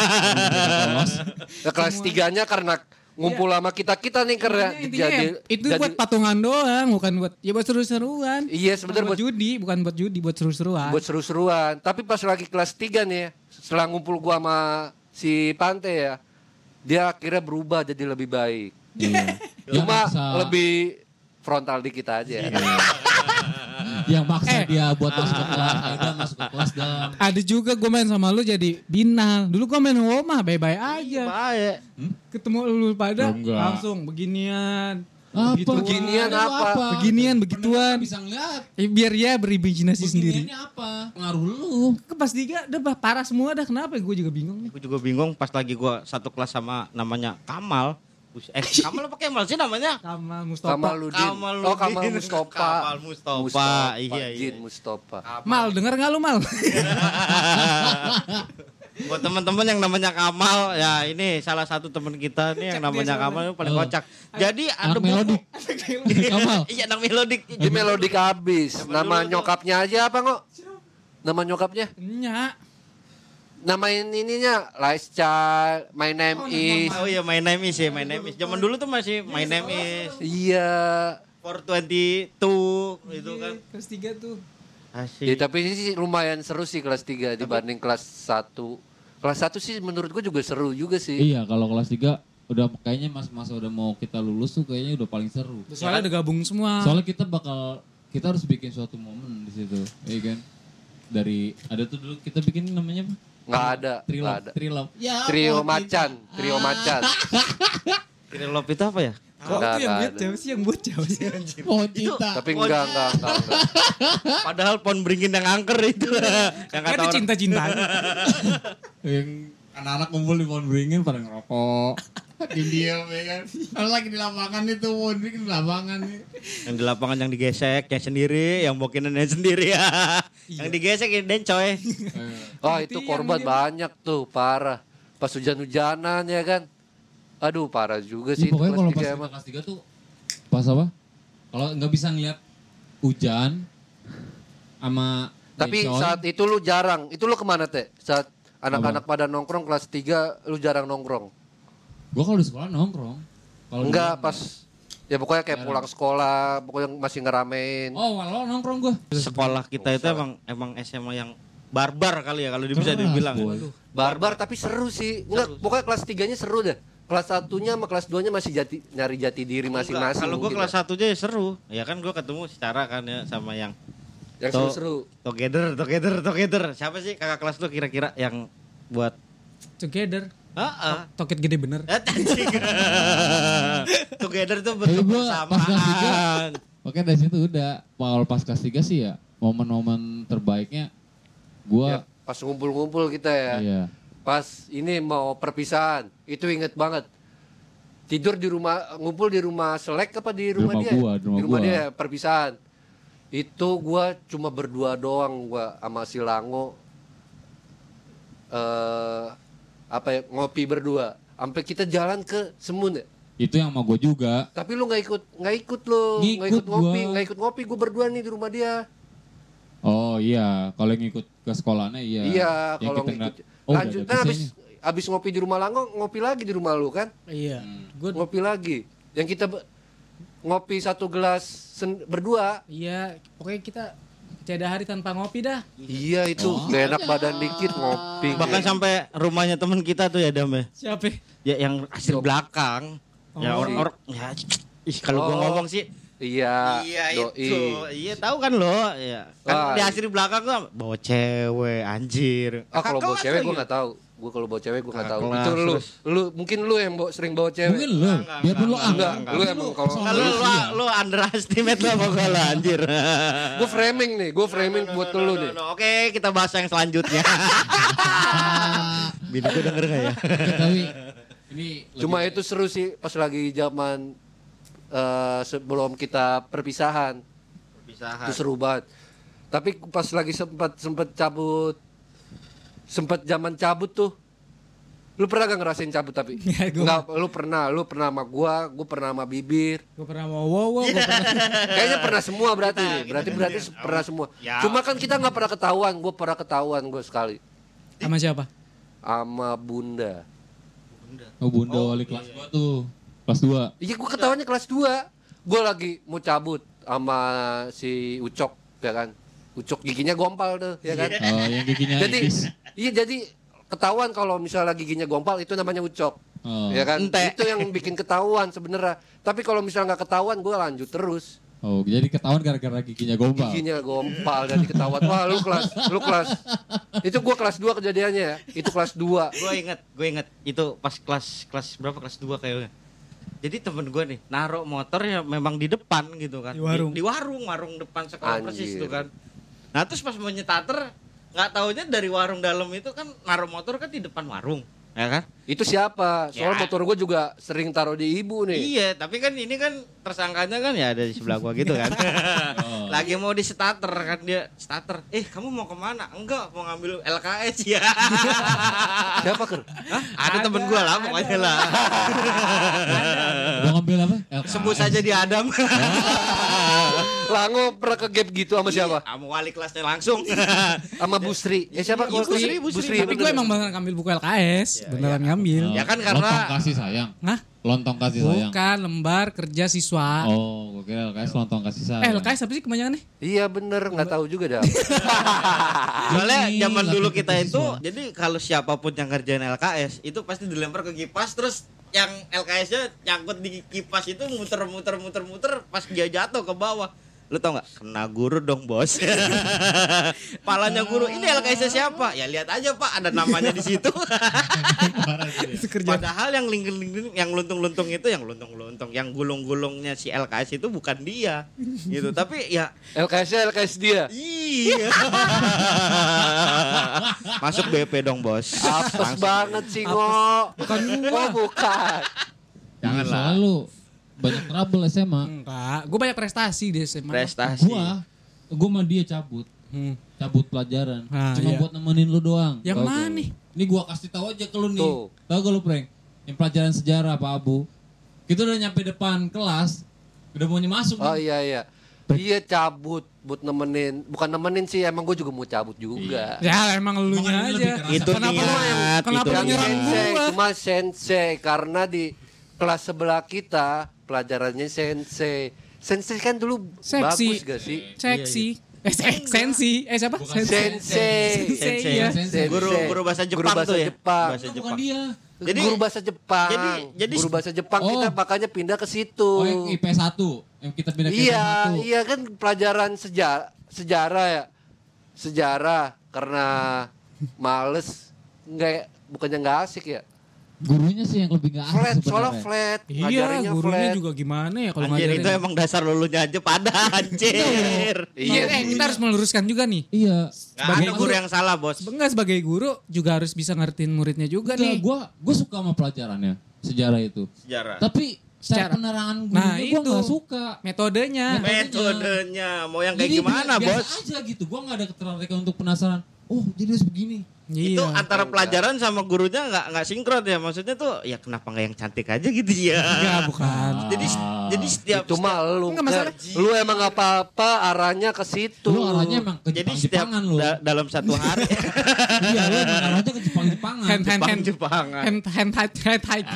[SPEAKER 3] Lolos.
[SPEAKER 2] Nah, kelas tiganya karena ngumpul sama kita-kita nih karena
[SPEAKER 1] Semuanya intinya
[SPEAKER 2] jadi
[SPEAKER 1] ya, itu
[SPEAKER 2] jadi-
[SPEAKER 1] buat patungan doang, bukan buat ya buat seru-seruan.
[SPEAKER 2] Iya,
[SPEAKER 1] Bukan
[SPEAKER 2] sebenarnya
[SPEAKER 1] buat
[SPEAKER 2] buat
[SPEAKER 1] judi, bukan buat judi, buat seru-seruan.
[SPEAKER 2] buat seru-seruan. Tapi pas lagi kelas tiga nih, setelah ngumpul gua sama si Pante ya, dia akhirnya berubah jadi lebih baik.
[SPEAKER 3] Iya.
[SPEAKER 2] Cuma
[SPEAKER 3] Yang maksa-
[SPEAKER 2] lebih frontal dikit aja.
[SPEAKER 3] Yang maksa
[SPEAKER 1] Eh.
[SPEAKER 3] dia buat masuk ke kelas. Ayo masuk ke kelas dam.
[SPEAKER 1] Ada juga gue main sama lu jadi binal. Dulu gue main Woma, bye-bye aja.
[SPEAKER 4] Baik.
[SPEAKER 1] Ketemu lu pada
[SPEAKER 3] Oh, enggak.
[SPEAKER 1] langsung beginian.
[SPEAKER 3] Apa?
[SPEAKER 1] Begituan.
[SPEAKER 2] Beginian
[SPEAKER 3] Lu
[SPEAKER 2] apa?
[SPEAKER 1] Beginian, begituan.
[SPEAKER 3] Bisa ngeliat.
[SPEAKER 1] Eh, biar ya berimajinasi sendiri.
[SPEAKER 3] Beginiannya apa? Pengaruh lu.
[SPEAKER 1] Ke pas tiga udah bah, parah semua dah. Kenapa gue juga bingung nih.
[SPEAKER 4] Gue juga bingung pas lagi gua satu kelas sama namanya Kamal. Bus- Eh Kamal apa Kemal sih namanya?
[SPEAKER 1] Kamal Mustafa.
[SPEAKER 2] Kamaludin.
[SPEAKER 4] Kamaludin.
[SPEAKER 2] Oh, Kamal Mustafa.
[SPEAKER 4] Kamal Mustafa. Iya, iya.
[SPEAKER 2] Jin Mustafa.
[SPEAKER 1] Mal, denger gak lu Mal?
[SPEAKER 4] Buat teman-teman yang namanya Kamal, ya ini salah satu teman kita nih yang
[SPEAKER 1] Kocak
[SPEAKER 4] namanya
[SPEAKER 1] dia
[SPEAKER 4] Kamal itu paling
[SPEAKER 3] Oh.
[SPEAKER 4] kocak. Jadi ada
[SPEAKER 3] Anak
[SPEAKER 4] buku.
[SPEAKER 3] melodik. Kamal.
[SPEAKER 4] Iya anak melodik.
[SPEAKER 2] Di melodik habis. Nama nyokapnya aja apa kok? Nama nyokapnya?
[SPEAKER 1] Nyak.
[SPEAKER 2] Nama ininya Lice Child, My Name Is.
[SPEAKER 4] Oh iya My Name Is ya My Name Is. Zaman dulu tuh masih My Name Is.
[SPEAKER 2] Iya.
[SPEAKER 4] four twenty-two itu kan.
[SPEAKER 1] Kelas tiga tuh.
[SPEAKER 2] Ya,
[SPEAKER 4] Asik.
[SPEAKER 2] tapi sih lumayan seru sih kelas tiga dibanding kelas satu. Kelas satu sih menurut gue juga seru juga sih.
[SPEAKER 3] Iya, kalau kelas tiga udah kayaknya mas-masa udah mau kita lulus tuh kayaknya udah paling seru.
[SPEAKER 1] Soalnya udah gabung semua.
[SPEAKER 3] Soalnya kita bakal kita harus bikin suatu momen di situ, iya kan? Dari ada tuh dulu kita bikin namanya apa?
[SPEAKER 2] Nggak ada,
[SPEAKER 3] Trilog,
[SPEAKER 2] nggak ada.
[SPEAKER 3] trilog. Ya,
[SPEAKER 2] Trio
[SPEAKER 3] oh,
[SPEAKER 2] Macan, Trio Macan.
[SPEAKER 4] Trilop itu apa ya?
[SPEAKER 1] Kok
[SPEAKER 2] Nggak,
[SPEAKER 1] itu yang
[SPEAKER 2] nggak
[SPEAKER 1] buat
[SPEAKER 2] ada.
[SPEAKER 1] siapa sih yang buat siapa sih?
[SPEAKER 3] Pohon cinta.
[SPEAKER 2] Tapi enggak, enggak, enggak, enggak.
[SPEAKER 4] Padahal pohon beringin yang angker itu. yang
[SPEAKER 1] Kan
[SPEAKER 4] kata
[SPEAKER 1] itu
[SPEAKER 4] orang.
[SPEAKER 1] cinta-cintaan.
[SPEAKER 3] Yang anak-anak kumpul di pohon beringin pada ngerokok. Diam-diam ya kan. Kalau lagi di lapangan itu pohon beringin di lapangan nih.
[SPEAKER 4] Yang di lapangan yang digesek, yang sendiri, yang bokinannya sendiri ya. Yang digesek ini coy.
[SPEAKER 2] Oh itu korban banyak tuh, parah. Pas hujan-hujanan ya kan. Aduh parah juga
[SPEAKER 3] Iya,
[SPEAKER 2] sih.
[SPEAKER 3] pokoknya
[SPEAKER 2] kelas
[SPEAKER 3] kalau
[SPEAKER 2] tiga
[SPEAKER 3] pas
[SPEAKER 2] emang.
[SPEAKER 3] kelas tiga tuh pas apa? Kalau nggak bisa ngeliat hujan sama
[SPEAKER 2] Tapi
[SPEAKER 3] becoy,
[SPEAKER 2] saat itu lu jarang. Itu lu kemana teh? Saat anak-anak pada nongkrong kelas tiga lu jarang nongkrong.
[SPEAKER 3] gua kalau di sekolah nongkrong. Kalau di
[SPEAKER 2] Enggak
[SPEAKER 3] luar
[SPEAKER 2] pas ya pokoknya kayak pulang sekolah, pokoknya masih ngeramein.
[SPEAKER 3] Oh, walau nongkrong gua.
[SPEAKER 4] Sekolah kita itu emang emang S M A yang barbar kali ya kalau bisa
[SPEAKER 3] Keras,
[SPEAKER 4] dibilang.
[SPEAKER 3] boy.
[SPEAKER 2] Barbar tapi seru sih. Enggak, pokoknya kelas tiganya seru dah. Kelas satunya sama kelas duanya masih jati nyari jati diri masing-masing.
[SPEAKER 4] Kalau gue
[SPEAKER 2] mungkin
[SPEAKER 4] kelas
[SPEAKER 2] ya.
[SPEAKER 4] satunya ya seru. Ya kan gue ketemu secara kan ya sama yang
[SPEAKER 2] Yang
[SPEAKER 4] to-
[SPEAKER 2] seru-seru.
[SPEAKER 4] together, together, together. Siapa sih kakak kelas lu kira-kira yang buat
[SPEAKER 1] Together.
[SPEAKER 4] Heeh.
[SPEAKER 1] Toket gede bener.
[SPEAKER 4] Eh, anjing. Together tuh
[SPEAKER 3] Tapi
[SPEAKER 4] bentuk
[SPEAKER 3] gua pas kelas tiga,
[SPEAKER 4] persamaan.
[SPEAKER 3] oke dari situ udah. Kalau pas kelas tiga sih ya momen-momen terbaiknya
[SPEAKER 2] Ya,
[SPEAKER 3] gua
[SPEAKER 2] pas ngumpul-ngumpul kita ya.
[SPEAKER 3] iya.
[SPEAKER 2] Pas ini mau perpisahan, itu inget banget. Tidur di rumah, ngumpul di rumah Selek apa di rumah,
[SPEAKER 3] rumah
[SPEAKER 2] dia?
[SPEAKER 3] gua, di rumah gua.
[SPEAKER 2] dia perpisahan. Itu gua cuma berdua doang gua sama si Lango. Eh apa ya, ngopi berdua. Sampai kita jalan ke Semun ya.
[SPEAKER 3] Itu yang sama gua juga.
[SPEAKER 2] Tapi lu nggak ikut, nggak ikut lu, nggak
[SPEAKER 3] Ngikut
[SPEAKER 2] ikut ngopi,
[SPEAKER 3] gua.
[SPEAKER 2] nggak ikut ngopi. Gua berdua nih di rumah dia.
[SPEAKER 3] Oh iya, kalau yang ikut ke sekolahnya iya.
[SPEAKER 2] Iya,
[SPEAKER 3] Yang
[SPEAKER 2] kalau
[SPEAKER 3] kita
[SPEAKER 2] ngikut.
[SPEAKER 3] nggak- Oh,
[SPEAKER 2] Lanjut,
[SPEAKER 3] udah
[SPEAKER 2] kan
[SPEAKER 3] bisa
[SPEAKER 2] abis
[SPEAKER 3] ini.
[SPEAKER 2] abis ngopi di rumah Lango, ngopi lagi di rumah lu kan?
[SPEAKER 1] Iya. Gue
[SPEAKER 2] Ngopi lagi. Yang kita be- ngopi satu gelas sen- berdua.
[SPEAKER 1] iya, pokoknya kita tiada hari tanpa ngopi dah.
[SPEAKER 2] Iya itu,
[SPEAKER 3] Oh,
[SPEAKER 2] gak enak badan dikit ngopi.
[SPEAKER 4] Bahkan sampai rumahnya teman kita tuh ya Dam ya.
[SPEAKER 1] Siapa?
[SPEAKER 4] Ya yang asli belakang. Ya
[SPEAKER 1] Oh.
[SPEAKER 4] orang-orang ya ih kalau gua
[SPEAKER 2] Oh.
[SPEAKER 4] ngomong sih
[SPEAKER 2] Iya, doi.
[SPEAKER 4] itu. Iya tahu kan lo, ya. Kan
[SPEAKER 2] Ah,
[SPEAKER 4] di
[SPEAKER 2] iya.
[SPEAKER 4] asli belakang tuh bawa cewek anjir.
[SPEAKER 2] Ah kalau bawa
[SPEAKER 4] Kakak
[SPEAKER 2] cewek
[SPEAKER 4] kelas
[SPEAKER 2] gue
[SPEAKER 4] lagi.
[SPEAKER 2] nggak tahu. Gue kalau bawa cewek gue nggak
[SPEAKER 4] Kakak
[SPEAKER 2] tahu.
[SPEAKER 4] kelas,
[SPEAKER 2] Itu lu,
[SPEAKER 4] terus.
[SPEAKER 2] lu mungkin lu yang bawa, sering bawa cewek.
[SPEAKER 3] Mungkin lu,
[SPEAKER 4] Enggak,
[SPEAKER 3] biar dulu
[SPEAKER 4] enggak,
[SPEAKER 3] ah.
[SPEAKER 2] Enggak,
[SPEAKER 4] enggak,
[SPEAKER 2] lu
[SPEAKER 3] enggak.
[SPEAKER 2] emang kalau
[SPEAKER 4] Kalau lu, lu underestimate lo sama gue lah anjir.
[SPEAKER 2] gue framing nih, gue framing buat lu nih.
[SPEAKER 4] Oke, kita bahas yang selanjutnya. Bini gue denger gak ya?
[SPEAKER 3] Tapi ini
[SPEAKER 2] Cuma
[SPEAKER 3] lagi-
[SPEAKER 2] itu seru sih pas lagi zaman eh, sebelum kita perpisahan.
[SPEAKER 4] Pisahan.
[SPEAKER 2] Itu seru banget. Tapi pas lagi sempat sempat cabut, sempat zaman cabut tuh. Lu pernah gak ngerasain cabut tapi?
[SPEAKER 1] Ya, gua-
[SPEAKER 2] Enggak, lu pernah, lu pernah sama gua, gua pernah sama Bibir.
[SPEAKER 1] Gue pernah mau wow wow, gue pernah.
[SPEAKER 2] Kayaknya pernah semua berarti nih. Berarti berarti pernah semua.
[SPEAKER 4] Ya.
[SPEAKER 2] Cuma kan kita nggak pernah ketahuan, gua pernah ketahuan gua sekali
[SPEAKER 1] Sama siapa?
[SPEAKER 2] sama Bunda.
[SPEAKER 3] Oh bunda wali kelas gua tuh. Kelas dua.
[SPEAKER 2] Iya, gua ketahuannya kelas dua. Gua lagi mau cabut sama si Ucok ya kan. Ucok giginya gompal tuh ya kan.
[SPEAKER 3] Oh yang giginya
[SPEAKER 2] Jadi
[SPEAKER 3] ipis.
[SPEAKER 2] iya jadi ketahuan kalau misalnya giginya gompal itu namanya Ucok.
[SPEAKER 3] Oh.
[SPEAKER 2] Ya kan?
[SPEAKER 4] Ente.
[SPEAKER 2] Itu yang bikin ketahuan sebenarnya. Tapi kalau misalnya nggak ketahuan gua lanjut terus.
[SPEAKER 3] Oh, jadi ketahuan gara-gara giginya gombal.
[SPEAKER 2] Giginya gompal dan ketahuan. Wah, lu kelas, lu kelas. Itu gua kelas dua kejadiannya ya. Itu kelas dua.
[SPEAKER 4] Gue inget, gue inget itu pas kelas kelas berapa kelas dua kayaknya. Jadi temen gue nih naruh motor ya memang di depan gitu kan.
[SPEAKER 1] Di warung.
[SPEAKER 4] Di, di warung, warung depan sekolah
[SPEAKER 2] Anjir.
[SPEAKER 4] persis tuh kan. Nah terus pas mau nyetater nggak taunya dari warung dalam itu kan naruh motor kan di depan warung, ya kan?
[SPEAKER 2] Itu siapa? Soal
[SPEAKER 4] Ya.
[SPEAKER 2] motor gue juga sering taruh di ibu nih.
[SPEAKER 4] Iya, tapi kan ini kan tersangkanya kan ya ada di sebelah gua gitu kan.
[SPEAKER 3] Oh.
[SPEAKER 4] Lagi mau di starter kan dia starter. Eh kamu mau kemana? Enggak, mau ngambil L K S ya.
[SPEAKER 2] Siapa Ker?
[SPEAKER 4] Hah? Ada temen gua lah pokoknya lah.
[SPEAKER 3] Gua ngambil apa? L K S.
[SPEAKER 4] Sebut saja di Adam.
[SPEAKER 2] Lango pernah ke gap gitu sama siapa?
[SPEAKER 4] Kamu wali kelasnya langsung.
[SPEAKER 2] Sama Busri. Ya siapa?
[SPEAKER 4] Iya,
[SPEAKER 2] Busri.
[SPEAKER 4] Busri, Busri.
[SPEAKER 2] Busri.
[SPEAKER 1] Tapi gue emang beneran ngambil buku L K S, beneran ngambil.
[SPEAKER 4] Ya kan karena-
[SPEAKER 3] Lontong kasih sayang.
[SPEAKER 1] Hah?
[SPEAKER 3] Lontong kasih sayang.
[SPEAKER 1] Bukan lembar kerja siswa.
[SPEAKER 3] Oh, gue kira L K S lontong kasih sayang.
[SPEAKER 1] Eh L K S apa sih kebanyakan nih?
[SPEAKER 2] Iya bener, nggak tahu juga dah.
[SPEAKER 4] Soalnya
[SPEAKER 3] Ini
[SPEAKER 4] zaman
[SPEAKER 3] lagi
[SPEAKER 4] dulu kita
[SPEAKER 3] kerja
[SPEAKER 4] itu,
[SPEAKER 3] siswa.
[SPEAKER 4] jadi kalau siapapun yang kerjain L K S itu pasti dilempar ke kipas terus yang L K S-nya nyangkut di kipas itu muter-muter muter-muter pas dia jatuh ke bawah. Lu tau nggak? Kena guru dong bos. Palanya guru. Ini L K S-nya siapa? Ya lihat aja pak, ada namanya di situ.
[SPEAKER 1] Itu kerja.
[SPEAKER 4] Padahal yang lingkung-lingkung, yang luntung-luntung itu, yang luntung-luntung, yang gulung-gulungnya si L K S itu bukan dia, gitu. Tapi ya,
[SPEAKER 2] L K S-nya L K S dia.
[SPEAKER 4] iya. Masuk B P dong bos.
[SPEAKER 2] Apes banget sih Ngo.
[SPEAKER 1] Bukan
[SPEAKER 2] Oh
[SPEAKER 1] gua.
[SPEAKER 2] bukan.
[SPEAKER 3] Jangan selalu banyak trouble S M A.
[SPEAKER 1] Enggak, gue banyak prestasi di S M A.
[SPEAKER 4] Prestasi.
[SPEAKER 3] Gua, gua sama dia cabut.
[SPEAKER 1] Hmm.
[SPEAKER 3] cabut pelajaran.
[SPEAKER 1] Ah,
[SPEAKER 3] Cuma
[SPEAKER 1] iya.
[SPEAKER 3] buat nemenin lu doang.
[SPEAKER 1] Yang
[SPEAKER 3] Tahu
[SPEAKER 1] mana
[SPEAKER 3] gak lu?
[SPEAKER 1] nih?
[SPEAKER 3] Ini gua kasih tahu aja ke lu nih.
[SPEAKER 2] Tuh.
[SPEAKER 3] Tahu gak lu prank? Yang pelajaran sejarah Pak Abu. Kita udah nyampe depan kelas, udah mau masuk.
[SPEAKER 2] Oh
[SPEAKER 3] nih.
[SPEAKER 2] iya iya. Iya cabut buat nemenin, bukan nemenin sih, emang gue juga mau cabut juga.
[SPEAKER 1] Ya emang elunya
[SPEAKER 3] Makanya lebih
[SPEAKER 1] aja.
[SPEAKER 3] kerasa.
[SPEAKER 4] Itu
[SPEAKER 1] Kenapa lu
[SPEAKER 4] niat,
[SPEAKER 1] kenapa
[SPEAKER 4] itu
[SPEAKER 1] lu
[SPEAKER 2] Yang
[SPEAKER 1] nyerang
[SPEAKER 4] niat.
[SPEAKER 2] sensei,
[SPEAKER 1] gua?
[SPEAKER 2] cuma sensei karena di kelas sebelah kita pelajarannya sensei. Sensei kan dulu
[SPEAKER 1] Seksi.
[SPEAKER 2] bagus gak sih?
[SPEAKER 1] Seksi. Eh, se- sensi. Eh siapa?
[SPEAKER 3] Bukan
[SPEAKER 1] Sensei.
[SPEAKER 2] Sensei.
[SPEAKER 1] Sensei, ya.
[SPEAKER 3] Sensei.
[SPEAKER 4] Guru guru bahasa Jepang
[SPEAKER 2] Guru bahasa
[SPEAKER 4] tuh ya.
[SPEAKER 2] Jepang.
[SPEAKER 4] Bahasa
[SPEAKER 3] Itu bukan
[SPEAKER 4] Jepang.
[SPEAKER 3] dia.
[SPEAKER 4] Jadi-
[SPEAKER 2] guru bahasa Jepang.
[SPEAKER 4] jadi- jadi-
[SPEAKER 2] guru bahasa Jepang
[SPEAKER 3] Oh.
[SPEAKER 2] kita makanya pindah ke situ.
[SPEAKER 3] Oh yang I P satu. Yang kita pindah ke I P
[SPEAKER 2] Iya,
[SPEAKER 3] satu.
[SPEAKER 2] iya kan pelajaran sejarah, sejarah ya. Sejarah karena males, nggak bukannya nggak asik ya.
[SPEAKER 3] Gurunya sih yang lebih gak asik
[SPEAKER 2] Flat, soalnya
[SPEAKER 3] sebenarnya.
[SPEAKER 2] flat,
[SPEAKER 1] Iya,
[SPEAKER 2] ngajarinnya
[SPEAKER 1] gurunya
[SPEAKER 2] flat.
[SPEAKER 1] juga gimana ya kalau
[SPEAKER 4] Anjir
[SPEAKER 1] ngajarin.
[SPEAKER 4] itu emang dasar lulunya aja pada anjir.
[SPEAKER 1] Iya, eh kita harus meluruskan juga nih.
[SPEAKER 3] Iya.
[SPEAKER 4] Gak ada guru yang salah bos.
[SPEAKER 1] Enggak, sebagai guru juga harus bisa ngertiin muridnya juga nih.
[SPEAKER 3] Gue gue suka sama pelajarannya sejarah itu.
[SPEAKER 4] Sejarah.
[SPEAKER 3] Tapi
[SPEAKER 1] Secara-
[SPEAKER 3] cara penerangan gurunya
[SPEAKER 1] Nah,
[SPEAKER 3] gue
[SPEAKER 1] itu.
[SPEAKER 3] gak suka.
[SPEAKER 1] Metodenya.
[SPEAKER 4] Metodenya mau yang kayak
[SPEAKER 3] Jadi
[SPEAKER 4] gimana
[SPEAKER 3] biasa
[SPEAKER 4] bos?
[SPEAKER 3] aja gitu. Gue gak ada ketertarikan untuk penasaran. Oh jadi harus begini.
[SPEAKER 4] Itu
[SPEAKER 1] Iya.
[SPEAKER 4] antara pelajaran sama gurunya nggak nggak sinkron ya, maksudnya tuh ya kenapa nggak yang cantik aja gitu ya?
[SPEAKER 1] Enggak, bukan.
[SPEAKER 4] Jadi jadi setiap
[SPEAKER 2] Itu mah lu,
[SPEAKER 1] Nggak masalah.
[SPEAKER 2] Ker. Lu emang apa-apa arahnya ke situ.
[SPEAKER 3] Lu arahnya emang ke
[SPEAKER 4] jadi setiap
[SPEAKER 3] Jepang-Jepangan lu.
[SPEAKER 4] da- dalam satu hari
[SPEAKER 3] Iya lu emang arahnya ke Jepang-Jepangan.
[SPEAKER 1] Hand hand hand
[SPEAKER 4] Jepang-Jepangan.
[SPEAKER 1] hand hand hand hand hand.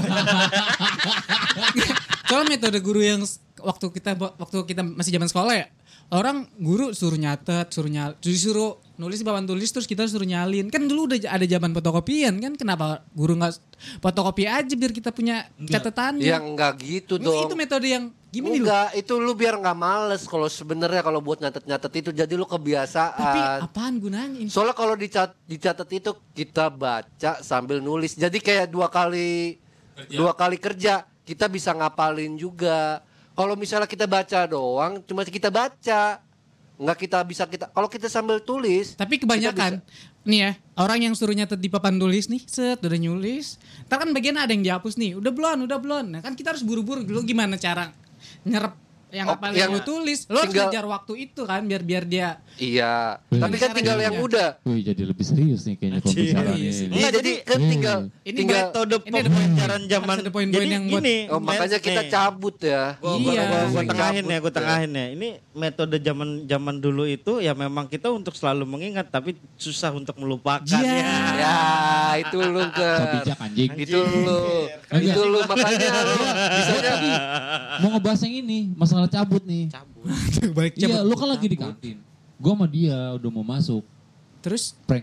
[SPEAKER 1] Soalnya metode guru yang s- waktu kita waktu kita masih zaman sekolah ya, orang guru suruh nyatet, suruh nyal, disuruh nulis di papan tulis terus kita suruh nyalin. Kan dulu udah ada zaman fotokopian kan, kenapa guru nggak fotokopi aja biar kita punya catatannya?
[SPEAKER 2] Yang enggak gitu
[SPEAKER 1] Ini
[SPEAKER 2] dong.
[SPEAKER 1] itu metode yang gimana lu?
[SPEAKER 2] Enggak, itu lu biar nggak males kalau sebenarnya kalau buat nyatet-nyatet itu jadi lu kebiasaan.
[SPEAKER 1] Tapi apaan gunanya? Ini?
[SPEAKER 2] Soalnya kalau dicat, dicatat itu kita baca sambil nulis. Jadi kayak dua kali dua kali kerja, kita bisa ngapalin juga. Kalau misalnya kita baca doang, cuma kita baca, nggak kita bisa kita. Kalau kita sambil tulis,
[SPEAKER 1] Tapi kebanyakan nih ya, orang yang suruh nyatet di papan tulis nih, set udah nyulis. Ntar kan bagian ada yang dihapus nih, udah belum, udah belum. Nah kan kita harus buru-buru. Lu gimana cara nyerap yang
[SPEAKER 2] Oh,
[SPEAKER 1] apa
[SPEAKER 2] yang
[SPEAKER 1] yang lu tulis? Lu harus
[SPEAKER 2] tinggal-
[SPEAKER 1] ngejar waktu itu kan, biar biar dia.
[SPEAKER 2] iya.
[SPEAKER 3] Wih.
[SPEAKER 2] Tapi kan tinggal yang udah.
[SPEAKER 3] Wih jadi lebih serius nih kayaknya
[SPEAKER 4] Anjir.
[SPEAKER 3] pembicaraannya
[SPEAKER 1] Iya,
[SPEAKER 3] ini.
[SPEAKER 4] Enggak,
[SPEAKER 2] jadi
[SPEAKER 4] jadi-
[SPEAKER 2] kan
[SPEAKER 3] Hmm.
[SPEAKER 2] tinggal
[SPEAKER 1] Ini
[SPEAKER 2] tinggal.
[SPEAKER 4] metode
[SPEAKER 1] ini ada
[SPEAKER 4] pembelajaran zaman
[SPEAKER 1] harus ada poin-poin
[SPEAKER 4] jadi
[SPEAKER 1] yang buat-
[SPEAKER 4] gini,
[SPEAKER 2] Oh, makanya
[SPEAKER 4] men-
[SPEAKER 2] kita
[SPEAKER 4] nih.
[SPEAKER 2] cabut ya.
[SPEAKER 4] Gua,
[SPEAKER 1] Iya.
[SPEAKER 4] gua, gua, gua
[SPEAKER 2] Cabut
[SPEAKER 4] tengahin ya, gua
[SPEAKER 2] ya.
[SPEAKER 4] tengahin ya. Ini metode zaman zaman dulu itu ya memang kita untuk selalu mengingat tapi susah untuk melupakan
[SPEAKER 1] Iya.
[SPEAKER 4] ya.
[SPEAKER 2] Ya, itu lu
[SPEAKER 3] So
[SPEAKER 2] ke.
[SPEAKER 3] bijak anjing.
[SPEAKER 2] Itu lu.
[SPEAKER 3] Anjing.
[SPEAKER 2] Itu lu makanya lu bisanya
[SPEAKER 3] Mau ngebahas yang ini, masalah cabut nih.
[SPEAKER 1] Balik
[SPEAKER 3] Iya, lu kan lagi di kantin. Gua sama dia udah mau masuk.
[SPEAKER 1] Terus
[SPEAKER 3] Prank.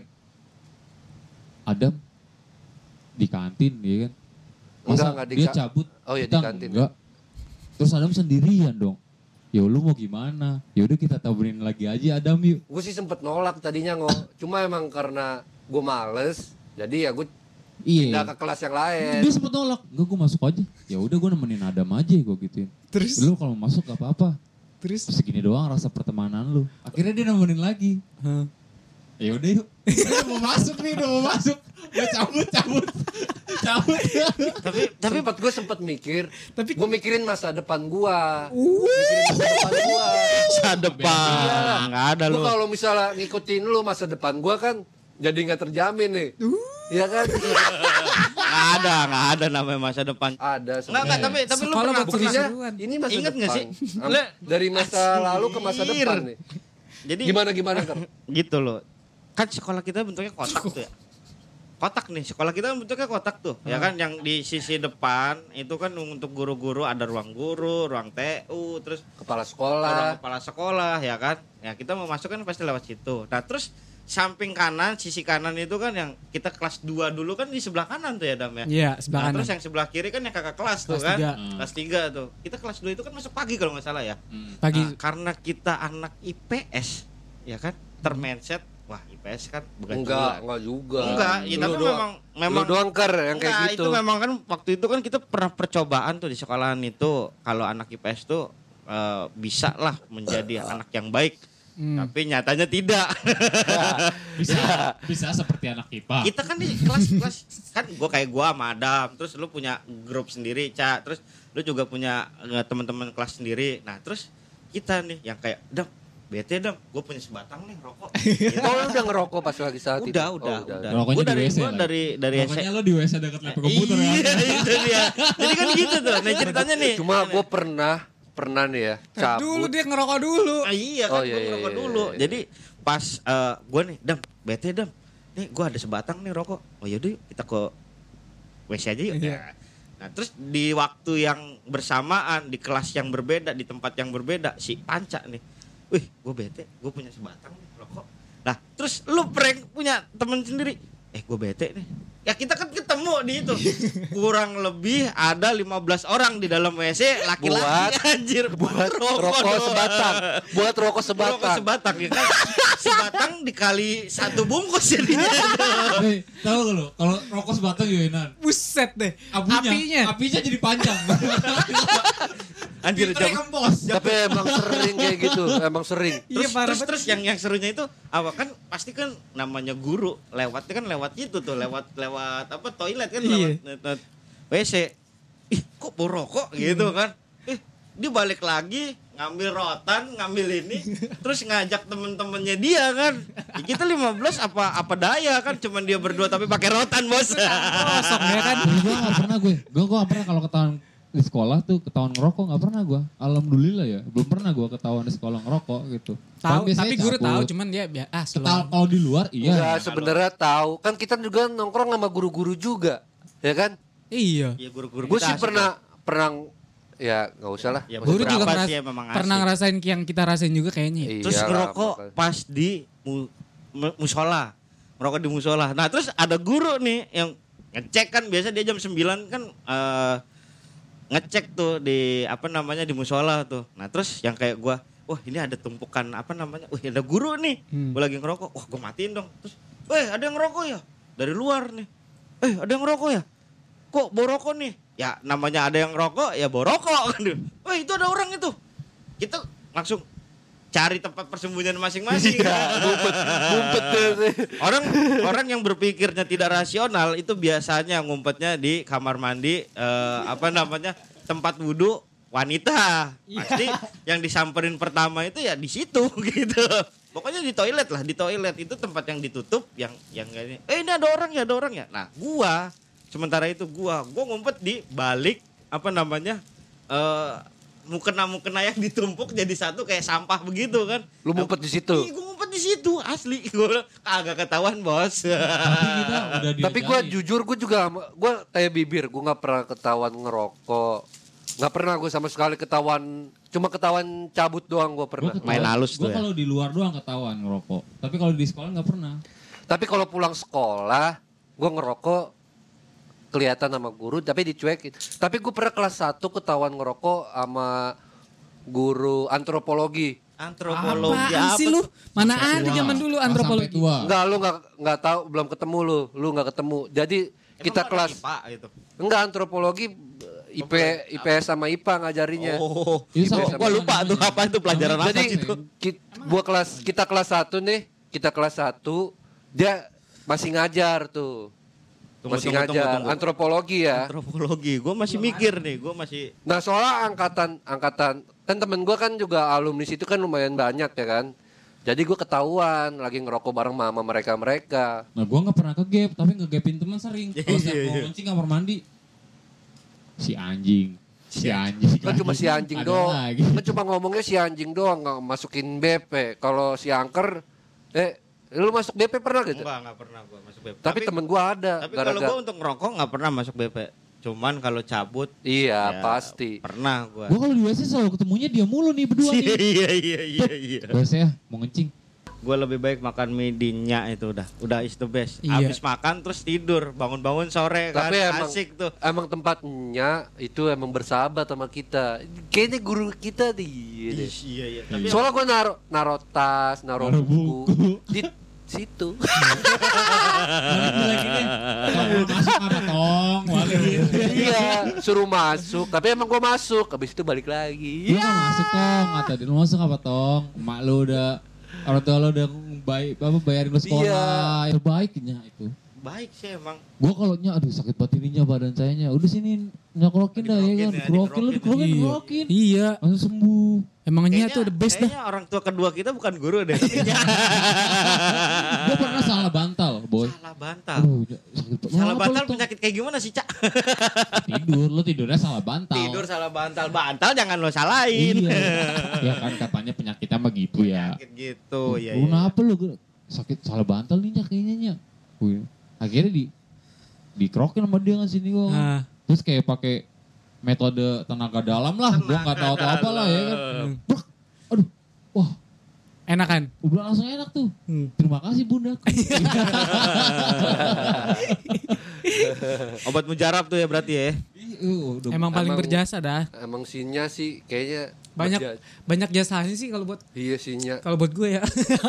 [SPEAKER 3] Adam di kantin, ya kan?
[SPEAKER 2] Enggak, enggak di
[SPEAKER 3] dia
[SPEAKER 2] ka-
[SPEAKER 3] cabut?
[SPEAKER 2] Oh iya, di
[SPEAKER 3] kita
[SPEAKER 2] kantin.
[SPEAKER 3] Enggak. Terus Adam sendirian dong. Ya lu mau gimana? Ya udah kita taburin lagi aja Adam yuk.
[SPEAKER 2] gue sih sempet nolak tadinya ngo. Cuma emang karena gue males, jadi ya gue pindah
[SPEAKER 3] Iya.
[SPEAKER 2] ke kelas yang lain.
[SPEAKER 3] Dia sempet nolak. Enggak, gue masuk aja. Ya udah gue nemenin Adam aja gue gituin.
[SPEAKER 1] Terus?
[SPEAKER 3] Lu kalau masuk gak apa-apa.
[SPEAKER 1] terus
[SPEAKER 3] Segini doang rasa pertemanan lu. Akhirnya dia nemenin lagi.
[SPEAKER 1] Hah.
[SPEAKER 3] Ya udah yuk. Udah mau masuk nih, udah mau masuk. Gue cabut, cabut. cabut.
[SPEAKER 2] tapi tapi sempet gue sempet mikir,
[SPEAKER 1] Tapi-
[SPEAKER 2] gue mikirin masa depan gue. Mikirin masa depan gue.
[SPEAKER 4] Masa depan nggak ada
[SPEAKER 2] Gue
[SPEAKER 4] lu.
[SPEAKER 2] kalau misalnya ngikutin lu masa depan gue kan jadi nggak terjamin nih. Iya kan?
[SPEAKER 4] Nggak ada, nggak ada namanya masa depan.
[SPEAKER 2] Ada.
[SPEAKER 4] Nggak, nggak, tapi tapi lu
[SPEAKER 1] Sekolah
[SPEAKER 4] pernah,
[SPEAKER 1] buat
[SPEAKER 4] pernah
[SPEAKER 2] Buktinya ini masa
[SPEAKER 4] Ingat
[SPEAKER 2] depan.
[SPEAKER 4] nggak sih?
[SPEAKER 2] Am-
[SPEAKER 4] Le-
[SPEAKER 2] Dari masa lalu ke masa
[SPEAKER 4] Anjir.
[SPEAKER 2] depan nih.
[SPEAKER 4] Jadi
[SPEAKER 2] Gimana gimana kan?
[SPEAKER 4] gitu loh. Kan sekolah kita bentuknya kotak tuh ya. Kotak nih, sekolah kita bentuknya kotak tuh. Ya kan yang di sisi depan itu kan untuk guru-guru ada ruang guru, ruang T U, terus
[SPEAKER 2] Kepala
[SPEAKER 4] ruang
[SPEAKER 2] sekolah.
[SPEAKER 4] kepala sekolah ya kan. Ya kita mau masuk kan pasti lewat situ. Nah, terus samping kanan, sisi kanan itu kan yang kita kelas dua dulu kan di sebelah kanan tuh ya Dam ya.
[SPEAKER 1] Iya, sebelah
[SPEAKER 4] Nah,
[SPEAKER 1] kanan.
[SPEAKER 4] terus yang sebelah kiri kan yang kakak kelas tuh
[SPEAKER 1] Kelas
[SPEAKER 4] kan.
[SPEAKER 1] tiga.
[SPEAKER 4] Kelas tiga tuh. Kita kelas dua itu kan masuk pagi kalau nggak salah ya.
[SPEAKER 1] Pagi.
[SPEAKER 4] Nah, karena kita anak I P S, ya kan, termindset, wah I P S kan bukan
[SPEAKER 2] Enggak,
[SPEAKER 4] juga.
[SPEAKER 2] enggak juga.
[SPEAKER 4] Enggak, ya,
[SPEAKER 2] Lu
[SPEAKER 4] tapi
[SPEAKER 2] doang-
[SPEAKER 4] memang memang
[SPEAKER 2] lu doang ker yang kayak
[SPEAKER 4] enggak,
[SPEAKER 2] gitu.
[SPEAKER 4] itu memang kan waktu itu kan kita pernah percobaan tuh di sekolahan itu kalau anak I P S tuh eh, bisa lah menjadi anak yang baik.
[SPEAKER 1] Hmm.
[SPEAKER 4] Tapi nyatanya tidak.
[SPEAKER 3] Bisa, bisa seperti anak I P A.
[SPEAKER 4] Kita kan di kelas-kelas kan gue kayak gue sama Adam, terus lu punya grup sendiri, Ca, terus lu juga punya eh, teman-teman kelas sendiri. Nah, terus kita nih yang kayak, Dam, bete dong, gue punya sebatang nih rokok. Gitu.
[SPEAKER 2] Oh, lu udah ngerokok pas lagi saat itu?
[SPEAKER 4] Udah,
[SPEAKER 2] Oh,
[SPEAKER 4] udah, udah.
[SPEAKER 3] Rokoknya
[SPEAKER 4] Gue
[SPEAKER 3] di
[SPEAKER 4] dari
[SPEAKER 3] W C
[SPEAKER 4] gue
[SPEAKER 3] lah.
[SPEAKER 4] dari dari S M
[SPEAKER 3] Pokoknya lo di W C dekat laptop komputer
[SPEAKER 4] iya,
[SPEAKER 3] ya.
[SPEAKER 4] itu dia. Jadi kan gitu tuh. Nah ceritanya nih.
[SPEAKER 2] Cuma gue pernah pernah nih ya cabut.
[SPEAKER 1] Dulu dia ngerokok dulu.
[SPEAKER 4] Ah, iya kan
[SPEAKER 2] Oh,
[SPEAKER 4] gue
[SPEAKER 2] iya, iya,
[SPEAKER 4] ngerokok
[SPEAKER 2] iya,
[SPEAKER 4] dulu.
[SPEAKER 2] iya.
[SPEAKER 4] Jadi pas uh, gue nih, Dam, bete Dam. Nih gue ada sebatang nih rokok. Oh yaudah yuk kita ke W C aja yuk.
[SPEAKER 1] Iya.
[SPEAKER 4] Nah terus di waktu yang bersamaan, di kelas yang berbeda, di tempat yang berbeda, si Panca nih. Wih gue bete, gue punya sebatang nih rokok. Nah terus lu prank punya temen sendiri. Eh gue bete nih. Ya kita kan ketemu di itu. Kurang lebih ada lima belas orang di dalam W C laki-laki
[SPEAKER 2] Buat-
[SPEAKER 4] anjir
[SPEAKER 2] buat rokok
[SPEAKER 4] doang.
[SPEAKER 2] sebatang. Buat rokok sebatang.
[SPEAKER 4] Rokok sebatang ya kan. Sebatang dikali satu bungkus jadinya.
[SPEAKER 3] Hei, tahu gak lo? Kalau rokok sebatang gimana?
[SPEAKER 1] Buset deh.
[SPEAKER 3] Abunya,
[SPEAKER 1] Apinya.
[SPEAKER 3] apinya jadi panjang.
[SPEAKER 4] Anjir
[SPEAKER 3] Filternya
[SPEAKER 4] jam-
[SPEAKER 3] kempos.
[SPEAKER 2] Tapi emang sering kayak gitu, emang sering.
[SPEAKER 1] Iya
[SPEAKER 4] Terus,
[SPEAKER 1] parah
[SPEAKER 4] terus,
[SPEAKER 1] banget.
[SPEAKER 4] terus yang yang serunya itu apa kan pasti kan namanya guru lewatnya kan lewat itu tuh lewat lewat apa toilet kan
[SPEAKER 1] Iya.
[SPEAKER 4] lewat, lewat W C. Ih kok bau rokok gitu kan. Eh dia balik lagi ngambil rotan ngambil ini terus ngajak temen-temennya dia kan. Ya, kita lima belas apa apa daya kan cuman dia berdua tapi pakai rotan bos.
[SPEAKER 1] Kosong ya kan.
[SPEAKER 3] Gue gak pernah gue. Gue gak pernah kalau ketahuan di sekolah tuh ketahuan ngerokok gak pernah gue. Alhamdulillah ya. Belum pernah gue ketahuan di sekolah ngerokok gitu.
[SPEAKER 1] Tahu,
[SPEAKER 3] Kan biasanya
[SPEAKER 1] tapi guru
[SPEAKER 3] cabut.
[SPEAKER 1] tahu cuman dia biar ah
[SPEAKER 3] Ketahuan
[SPEAKER 1] selalu.
[SPEAKER 3] kalau di luar iya.
[SPEAKER 2] Enggak, sebenarnya tahu. Kan kita juga nongkrong sama guru-guru juga, ya kan?
[SPEAKER 1] Iya.
[SPEAKER 4] Ya guru-guru
[SPEAKER 2] Gue
[SPEAKER 4] kita
[SPEAKER 2] sih
[SPEAKER 4] asik
[SPEAKER 2] pernah
[SPEAKER 4] kan.
[SPEAKER 2] pernah ya nggak usah lah.
[SPEAKER 4] Ya,
[SPEAKER 1] Guru juga
[SPEAKER 4] beberapa
[SPEAKER 1] ngeras-
[SPEAKER 4] sih memang
[SPEAKER 1] pernah
[SPEAKER 4] asik.
[SPEAKER 1] ngerasain yang kita rasain juga kayaknya.
[SPEAKER 2] Iya
[SPEAKER 4] Terus
[SPEAKER 2] lah,
[SPEAKER 4] ngerokok
[SPEAKER 2] makanya.
[SPEAKER 4] pas di mu, mu- musola. Ngerokok di musola. Nah, terus ada guru nih yang ngecek kan biasa dia jam sembilan kan eh, ngecek tuh di apa namanya di musola tuh. Nah, terus yang kayak gua, wah ini ada tumpukan apa namanya? Wah, ada guru nih.
[SPEAKER 1] Hmm.
[SPEAKER 4] Gua lagi ngerokok. Wah, gua matiin dong. Terus, "Weh, ada yang ngerokok ya?" Dari luar nih. "Eh, ada yang ngerokok ya?" "Kok bau rokok nih?" Ya, namanya ada yang ngerokok, ya bau rokok kan. "Weh, itu ada orang itu." Kita langsung cari tempat persembunyian masing-masing.
[SPEAKER 2] Ngumpet tuh.
[SPEAKER 4] orang orang yang berpikirnya tidak rasional itu biasanya ngumpetnya di kamar mandi eh, apa namanya tempat wudhu wanita. Pasti yang disamperin pertama itu ya di situ gitu. Pokoknya di toilet lah, di toilet itu tempat yang ditutup yang yang nggak ini. Eh ini ada orang ya, ada orang ya. Nah, gua sementara itu gua gua ngumpet di balik apa namanya? eh mukena-mukena yang ditumpuk jadi satu kayak sampah begitu kan.
[SPEAKER 2] Lu ngumpet di situ.
[SPEAKER 4] Iya, gue ngumpet di situ asli. Gue kagak ketahuan bos.
[SPEAKER 3] Tapi kita udah
[SPEAKER 2] Tapi gue
[SPEAKER 3] diajarin.
[SPEAKER 2] jujur gue juga gue kayak bibir gue nggak pernah ketahuan ngerokok, nggak pernah gue sama sekali ketahuan, cuma ketahuan cabut doang gue pernah.
[SPEAKER 3] Gua ketahuan-
[SPEAKER 4] Main halus tuh
[SPEAKER 3] Gua
[SPEAKER 4] ya.
[SPEAKER 3] kalau di luar doang ketahuan ngerokok. Tapi kalau di sekolah nggak pernah.
[SPEAKER 2] Tapi kalau pulang sekolah gue ngerokok kelihatan sama guru tapi dicuekin. Tapi gue pernah kelas satu ketahuan ngerokok sama guru antropologi.
[SPEAKER 4] Antropologi
[SPEAKER 1] Apaan
[SPEAKER 4] apa?
[SPEAKER 1] sih lu? Mana
[SPEAKER 3] Masa
[SPEAKER 1] ada
[SPEAKER 3] tua.
[SPEAKER 1] zaman dulu
[SPEAKER 3] Pas
[SPEAKER 1] antropologi.
[SPEAKER 3] sampai tua.
[SPEAKER 2] Enggak, lu nggak nggak tahu, belum ketemu lu, lu nggak ketemu. Jadi
[SPEAKER 4] Emang
[SPEAKER 2] kita
[SPEAKER 4] lu anak
[SPEAKER 2] kelas
[SPEAKER 4] I P A gitu.
[SPEAKER 2] enggak antropologi I P I P S sama I P A ngajarinya.
[SPEAKER 4] Oh,
[SPEAKER 3] Itu
[SPEAKER 4] gua,
[SPEAKER 3] sama-
[SPEAKER 4] gua lupa tuh apa itu pelajaran apa
[SPEAKER 2] Jadi
[SPEAKER 4] gitu.
[SPEAKER 2] ki- gua kelas kita kelas satu nih, kita kelas satu, dia masih ngajar tuh.
[SPEAKER 4] Tunggu,
[SPEAKER 2] masih
[SPEAKER 4] tunggu,
[SPEAKER 2] ngajar
[SPEAKER 4] tunggu, tunggu.
[SPEAKER 2] antropologi ya.
[SPEAKER 4] Antropologi, gue masih mikir nih, gue masih
[SPEAKER 2] Nah, soalnya angkatan angkatan kan temen gua kan juga alumni situ kan lumayan banyak ya kan. Jadi gua ketahuan lagi ngerokok bareng sama mereka-mereka.
[SPEAKER 3] Nah gue gak pernah ke gap, tapi ngegapin teman sering.
[SPEAKER 4] Iya,
[SPEAKER 3] Kalau
[SPEAKER 4] iya,
[SPEAKER 3] setiap
[SPEAKER 4] iya.
[SPEAKER 3] mau kencing kamar mandi, si anjing, si anjing.
[SPEAKER 2] Kan cuma si anjing
[SPEAKER 3] Ada
[SPEAKER 2] doang.
[SPEAKER 3] lagi.
[SPEAKER 2] Kan cuma ngomongnya si anjing doang, nggak masukin B P. Kalau si angker, eh lu masuk B P pernah gitu?
[SPEAKER 4] enggak, enggak pernah gue masuk B P.
[SPEAKER 2] Tapi, temen gua ada.
[SPEAKER 4] Tapi kalau
[SPEAKER 2] gara-gara-
[SPEAKER 4] gue untuk ngerokok nggak pernah masuk B P. Cuman kalau cabut,
[SPEAKER 2] Iya,
[SPEAKER 4] ya
[SPEAKER 2] pasti.
[SPEAKER 4] pernah gue.
[SPEAKER 3] Gue kalau di W C selalu ketemunya dia mulu nih berdua nih.
[SPEAKER 4] Iya iya iya iya.
[SPEAKER 3] W C ya, mau ngencing.
[SPEAKER 4] Gue lebih baik makan mie di Nya itu udah, udah is the best.
[SPEAKER 1] Iya.
[SPEAKER 4] Habis makan terus tidur, bangun-bangun sore kan,
[SPEAKER 2] Tapi emang
[SPEAKER 4] asik tuh.
[SPEAKER 2] emang tempatnya itu emang bersahabat sama kita. Kayaknya guru kita di.
[SPEAKER 4] Ih, iya iya. Tapi
[SPEAKER 2] Soalnya gue naro naro tas, naro
[SPEAKER 3] Naro
[SPEAKER 2] buku,
[SPEAKER 3] buku.
[SPEAKER 2] di situ.
[SPEAKER 3] Balik lagi nih. Kalau masuk apa tong? Balik gitu.
[SPEAKER 2] Iya, suruh masuk. Tapi emang gue masuk. Habis itu balik lagi.
[SPEAKER 3] Lu kan masuk tong, kata dia, lu masuk apa tong? Emak lu udah, orang tua lu udah baik, apa bayarin lu sekolah.
[SPEAKER 2] Iya.
[SPEAKER 3] Terbaiknya itu.
[SPEAKER 4] baik sih emang.
[SPEAKER 3] Gua kalau nya aduh sakit banget ininya badan sayanya. Udah sini nyokrokin dah ya kan.
[SPEAKER 4] Dikerokin ya,
[SPEAKER 3] Dikerokin lu dikerokin
[SPEAKER 1] Iya.
[SPEAKER 3] dikerokin.
[SPEAKER 1] Iya.
[SPEAKER 3] Langsung sembuh.
[SPEAKER 1] Emangnya tuh the best dah.
[SPEAKER 4] Kayaknya orang tua kedua kita bukan guru deh. Tapi Nya.
[SPEAKER 3] Gue pernah salah bantal, boy.
[SPEAKER 4] Salah bantal.
[SPEAKER 3] Aduh, sakit banget.
[SPEAKER 4] Salah
[SPEAKER 3] Apa
[SPEAKER 4] bantal
[SPEAKER 3] lu tuh?
[SPEAKER 4] penyakit kayak gimana sih, Cak?
[SPEAKER 3] Tidur, lu tidurnya salah bantal.
[SPEAKER 4] Tidur salah bantal. Bantal jangan lo salahin.
[SPEAKER 3] Iya. Ya kan katanya penyakitnya mah gitu ya.
[SPEAKER 4] Penyakit gitu, ya.
[SPEAKER 3] Lu kenapa lu sakit salah bantal nih Nya kayaknya Nya. Wih, akhirnya di dikrokin sama dia kan sini gua.
[SPEAKER 1] Ah.
[SPEAKER 3] Terus kayak pakai metode tenaga dalam lah, gua nggak tahu atau apa lah ya kan. Bruk. Aduh, wah,
[SPEAKER 1] Enak kan?
[SPEAKER 3] udah langsung enak tuh.
[SPEAKER 1] Hmm.
[SPEAKER 3] Terima kasih bunda.
[SPEAKER 4] Obat mujarab tuh ya berarti ya.
[SPEAKER 3] Uh, udah-
[SPEAKER 1] Emang paling
[SPEAKER 2] Emang-
[SPEAKER 1] berjasa dah.
[SPEAKER 2] Emang Sinya sih kayaknya
[SPEAKER 1] Banyak
[SPEAKER 2] berja-
[SPEAKER 1] banyak jasanya sih kalau buat
[SPEAKER 2] Iya Sinya.
[SPEAKER 1] kalau buat gue ya.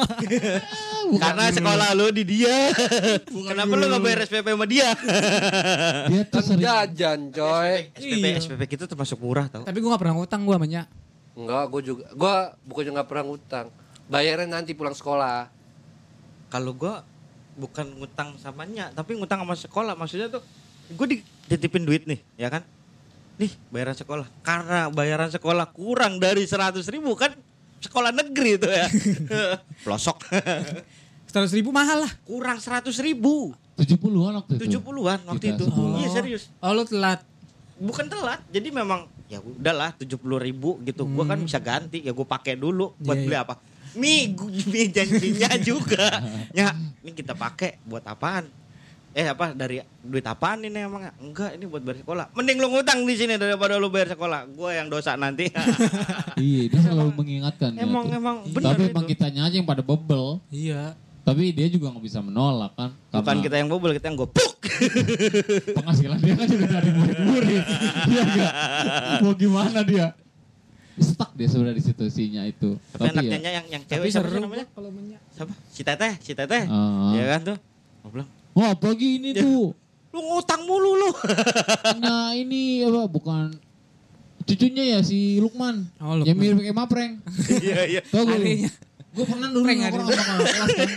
[SPEAKER 4] Karena sekolah lu di dia. Kenapa lu gak bayar S P P sama dia?
[SPEAKER 3] Dia tuh
[SPEAKER 2] Kan
[SPEAKER 3] sering
[SPEAKER 2] jajan coy.
[SPEAKER 4] S P P,
[SPEAKER 1] Iya.
[SPEAKER 4] S P P kita termasuk murah tau.
[SPEAKER 1] Tapi gue gak pernah ngutang gue sama Nya.
[SPEAKER 2] Enggak, gue juga. Gue bukannya nggak pernah ngutang. Bayarnya nanti pulang sekolah.
[SPEAKER 4] Kalau gua bukan ngutang sama Nya, tapi ngutang sama sekolah. Maksudnya tuh gue dititipin duit nih, ya kan? Nih bayaran sekolah. Karena bayaran sekolah kurang dari seratus ribu kan sekolah negeri itu ya. Pelosok.
[SPEAKER 1] Seratus ribu mahal lah.
[SPEAKER 4] Kurang seratus ribu.
[SPEAKER 3] tujuh puluhan waktu itu.
[SPEAKER 4] tujuh puluhan waktu
[SPEAKER 3] Kita
[SPEAKER 4] itu.
[SPEAKER 3] sekolah.
[SPEAKER 4] Iya serius.
[SPEAKER 1] Oh lo telat.
[SPEAKER 4] Bukan telat, jadi memang ya udahlah tujuh puluh ribu gitu. Gua kan bisa ganti, ya gue pakai dulu buat
[SPEAKER 1] Iya,
[SPEAKER 4] beli
[SPEAKER 1] iya.
[SPEAKER 4] apa? Mie, gu- mie janjinya juga. Ya, ini kita pakai buat apaan? Eh apa dari duit apaan ini emang? Enggak, ini buat bayar sekolah. Mending lu ngutang di sini daripada lu bayar sekolah. Gua yang dosa nanti.
[SPEAKER 3] Iya, dia selalu mengingatkan. ya
[SPEAKER 4] emang
[SPEAKER 3] tuh.
[SPEAKER 4] emang benar
[SPEAKER 3] Tapi
[SPEAKER 4] itu.
[SPEAKER 3] emang kitanya aja yang pada bebel.
[SPEAKER 1] Iya.
[SPEAKER 3] Tapi dia juga nggak bisa menolak kan.
[SPEAKER 4] Bukan
[SPEAKER 3] Karena
[SPEAKER 4] kita yang bobol, kita yang gopuk.
[SPEAKER 3] penghasilan dia kan juga dari murid-murid. Dia enggak. Mau gimana dia? Stuck dia sebenarnya di situasinya itu.
[SPEAKER 4] Tapi
[SPEAKER 3] Tapi,
[SPEAKER 4] anaknya
[SPEAKER 3] ya,
[SPEAKER 4] yang yang
[SPEAKER 1] Tapi
[SPEAKER 4] cewek siapa
[SPEAKER 1] seru
[SPEAKER 4] sih namanya?
[SPEAKER 1] gua kalau sama Nya.
[SPEAKER 4] Siapa? Si Teteh, si Teteh.
[SPEAKER 3] Ah.
[SPEAKER 4] Ya kan tuh. Gua bilang,
[SPEAKER 3] wah pagi ini tuh.
[SPEAKER 4] lu ngutang mulu lu.
[SPEAKER 3] Nah ini apa bukan cucunya ya si Lukman.
[SPEAKER 1] Oh, Lukman.
[SPEAKER 3] Yang mirip kayak Mapreng.
[SPEAKER 4] Iya, iya.
[SPEAKER 3] Tau gue.
[SPEAKER 1] Adenya.
[SPEAKER 3] Gue pernah dulu
[SPEAKER 1] Prank
[SPEAKER 3] nongkrong sama kakak kelas kan.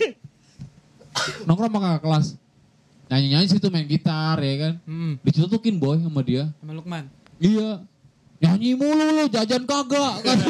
[SPEAKER 3] Nongkrong sama kakak kelas. Nyanyi-nyanyi situ main gitar ya kan.
[SPEAKER 1] Hmm.
[SPEAKER 3] Dicetukin boy sama dia.
[SPEAKER 1] Sama Lukman.
[SPEAKER 3] Iya. Nyanyi mulu lu, jajan kagak. Kata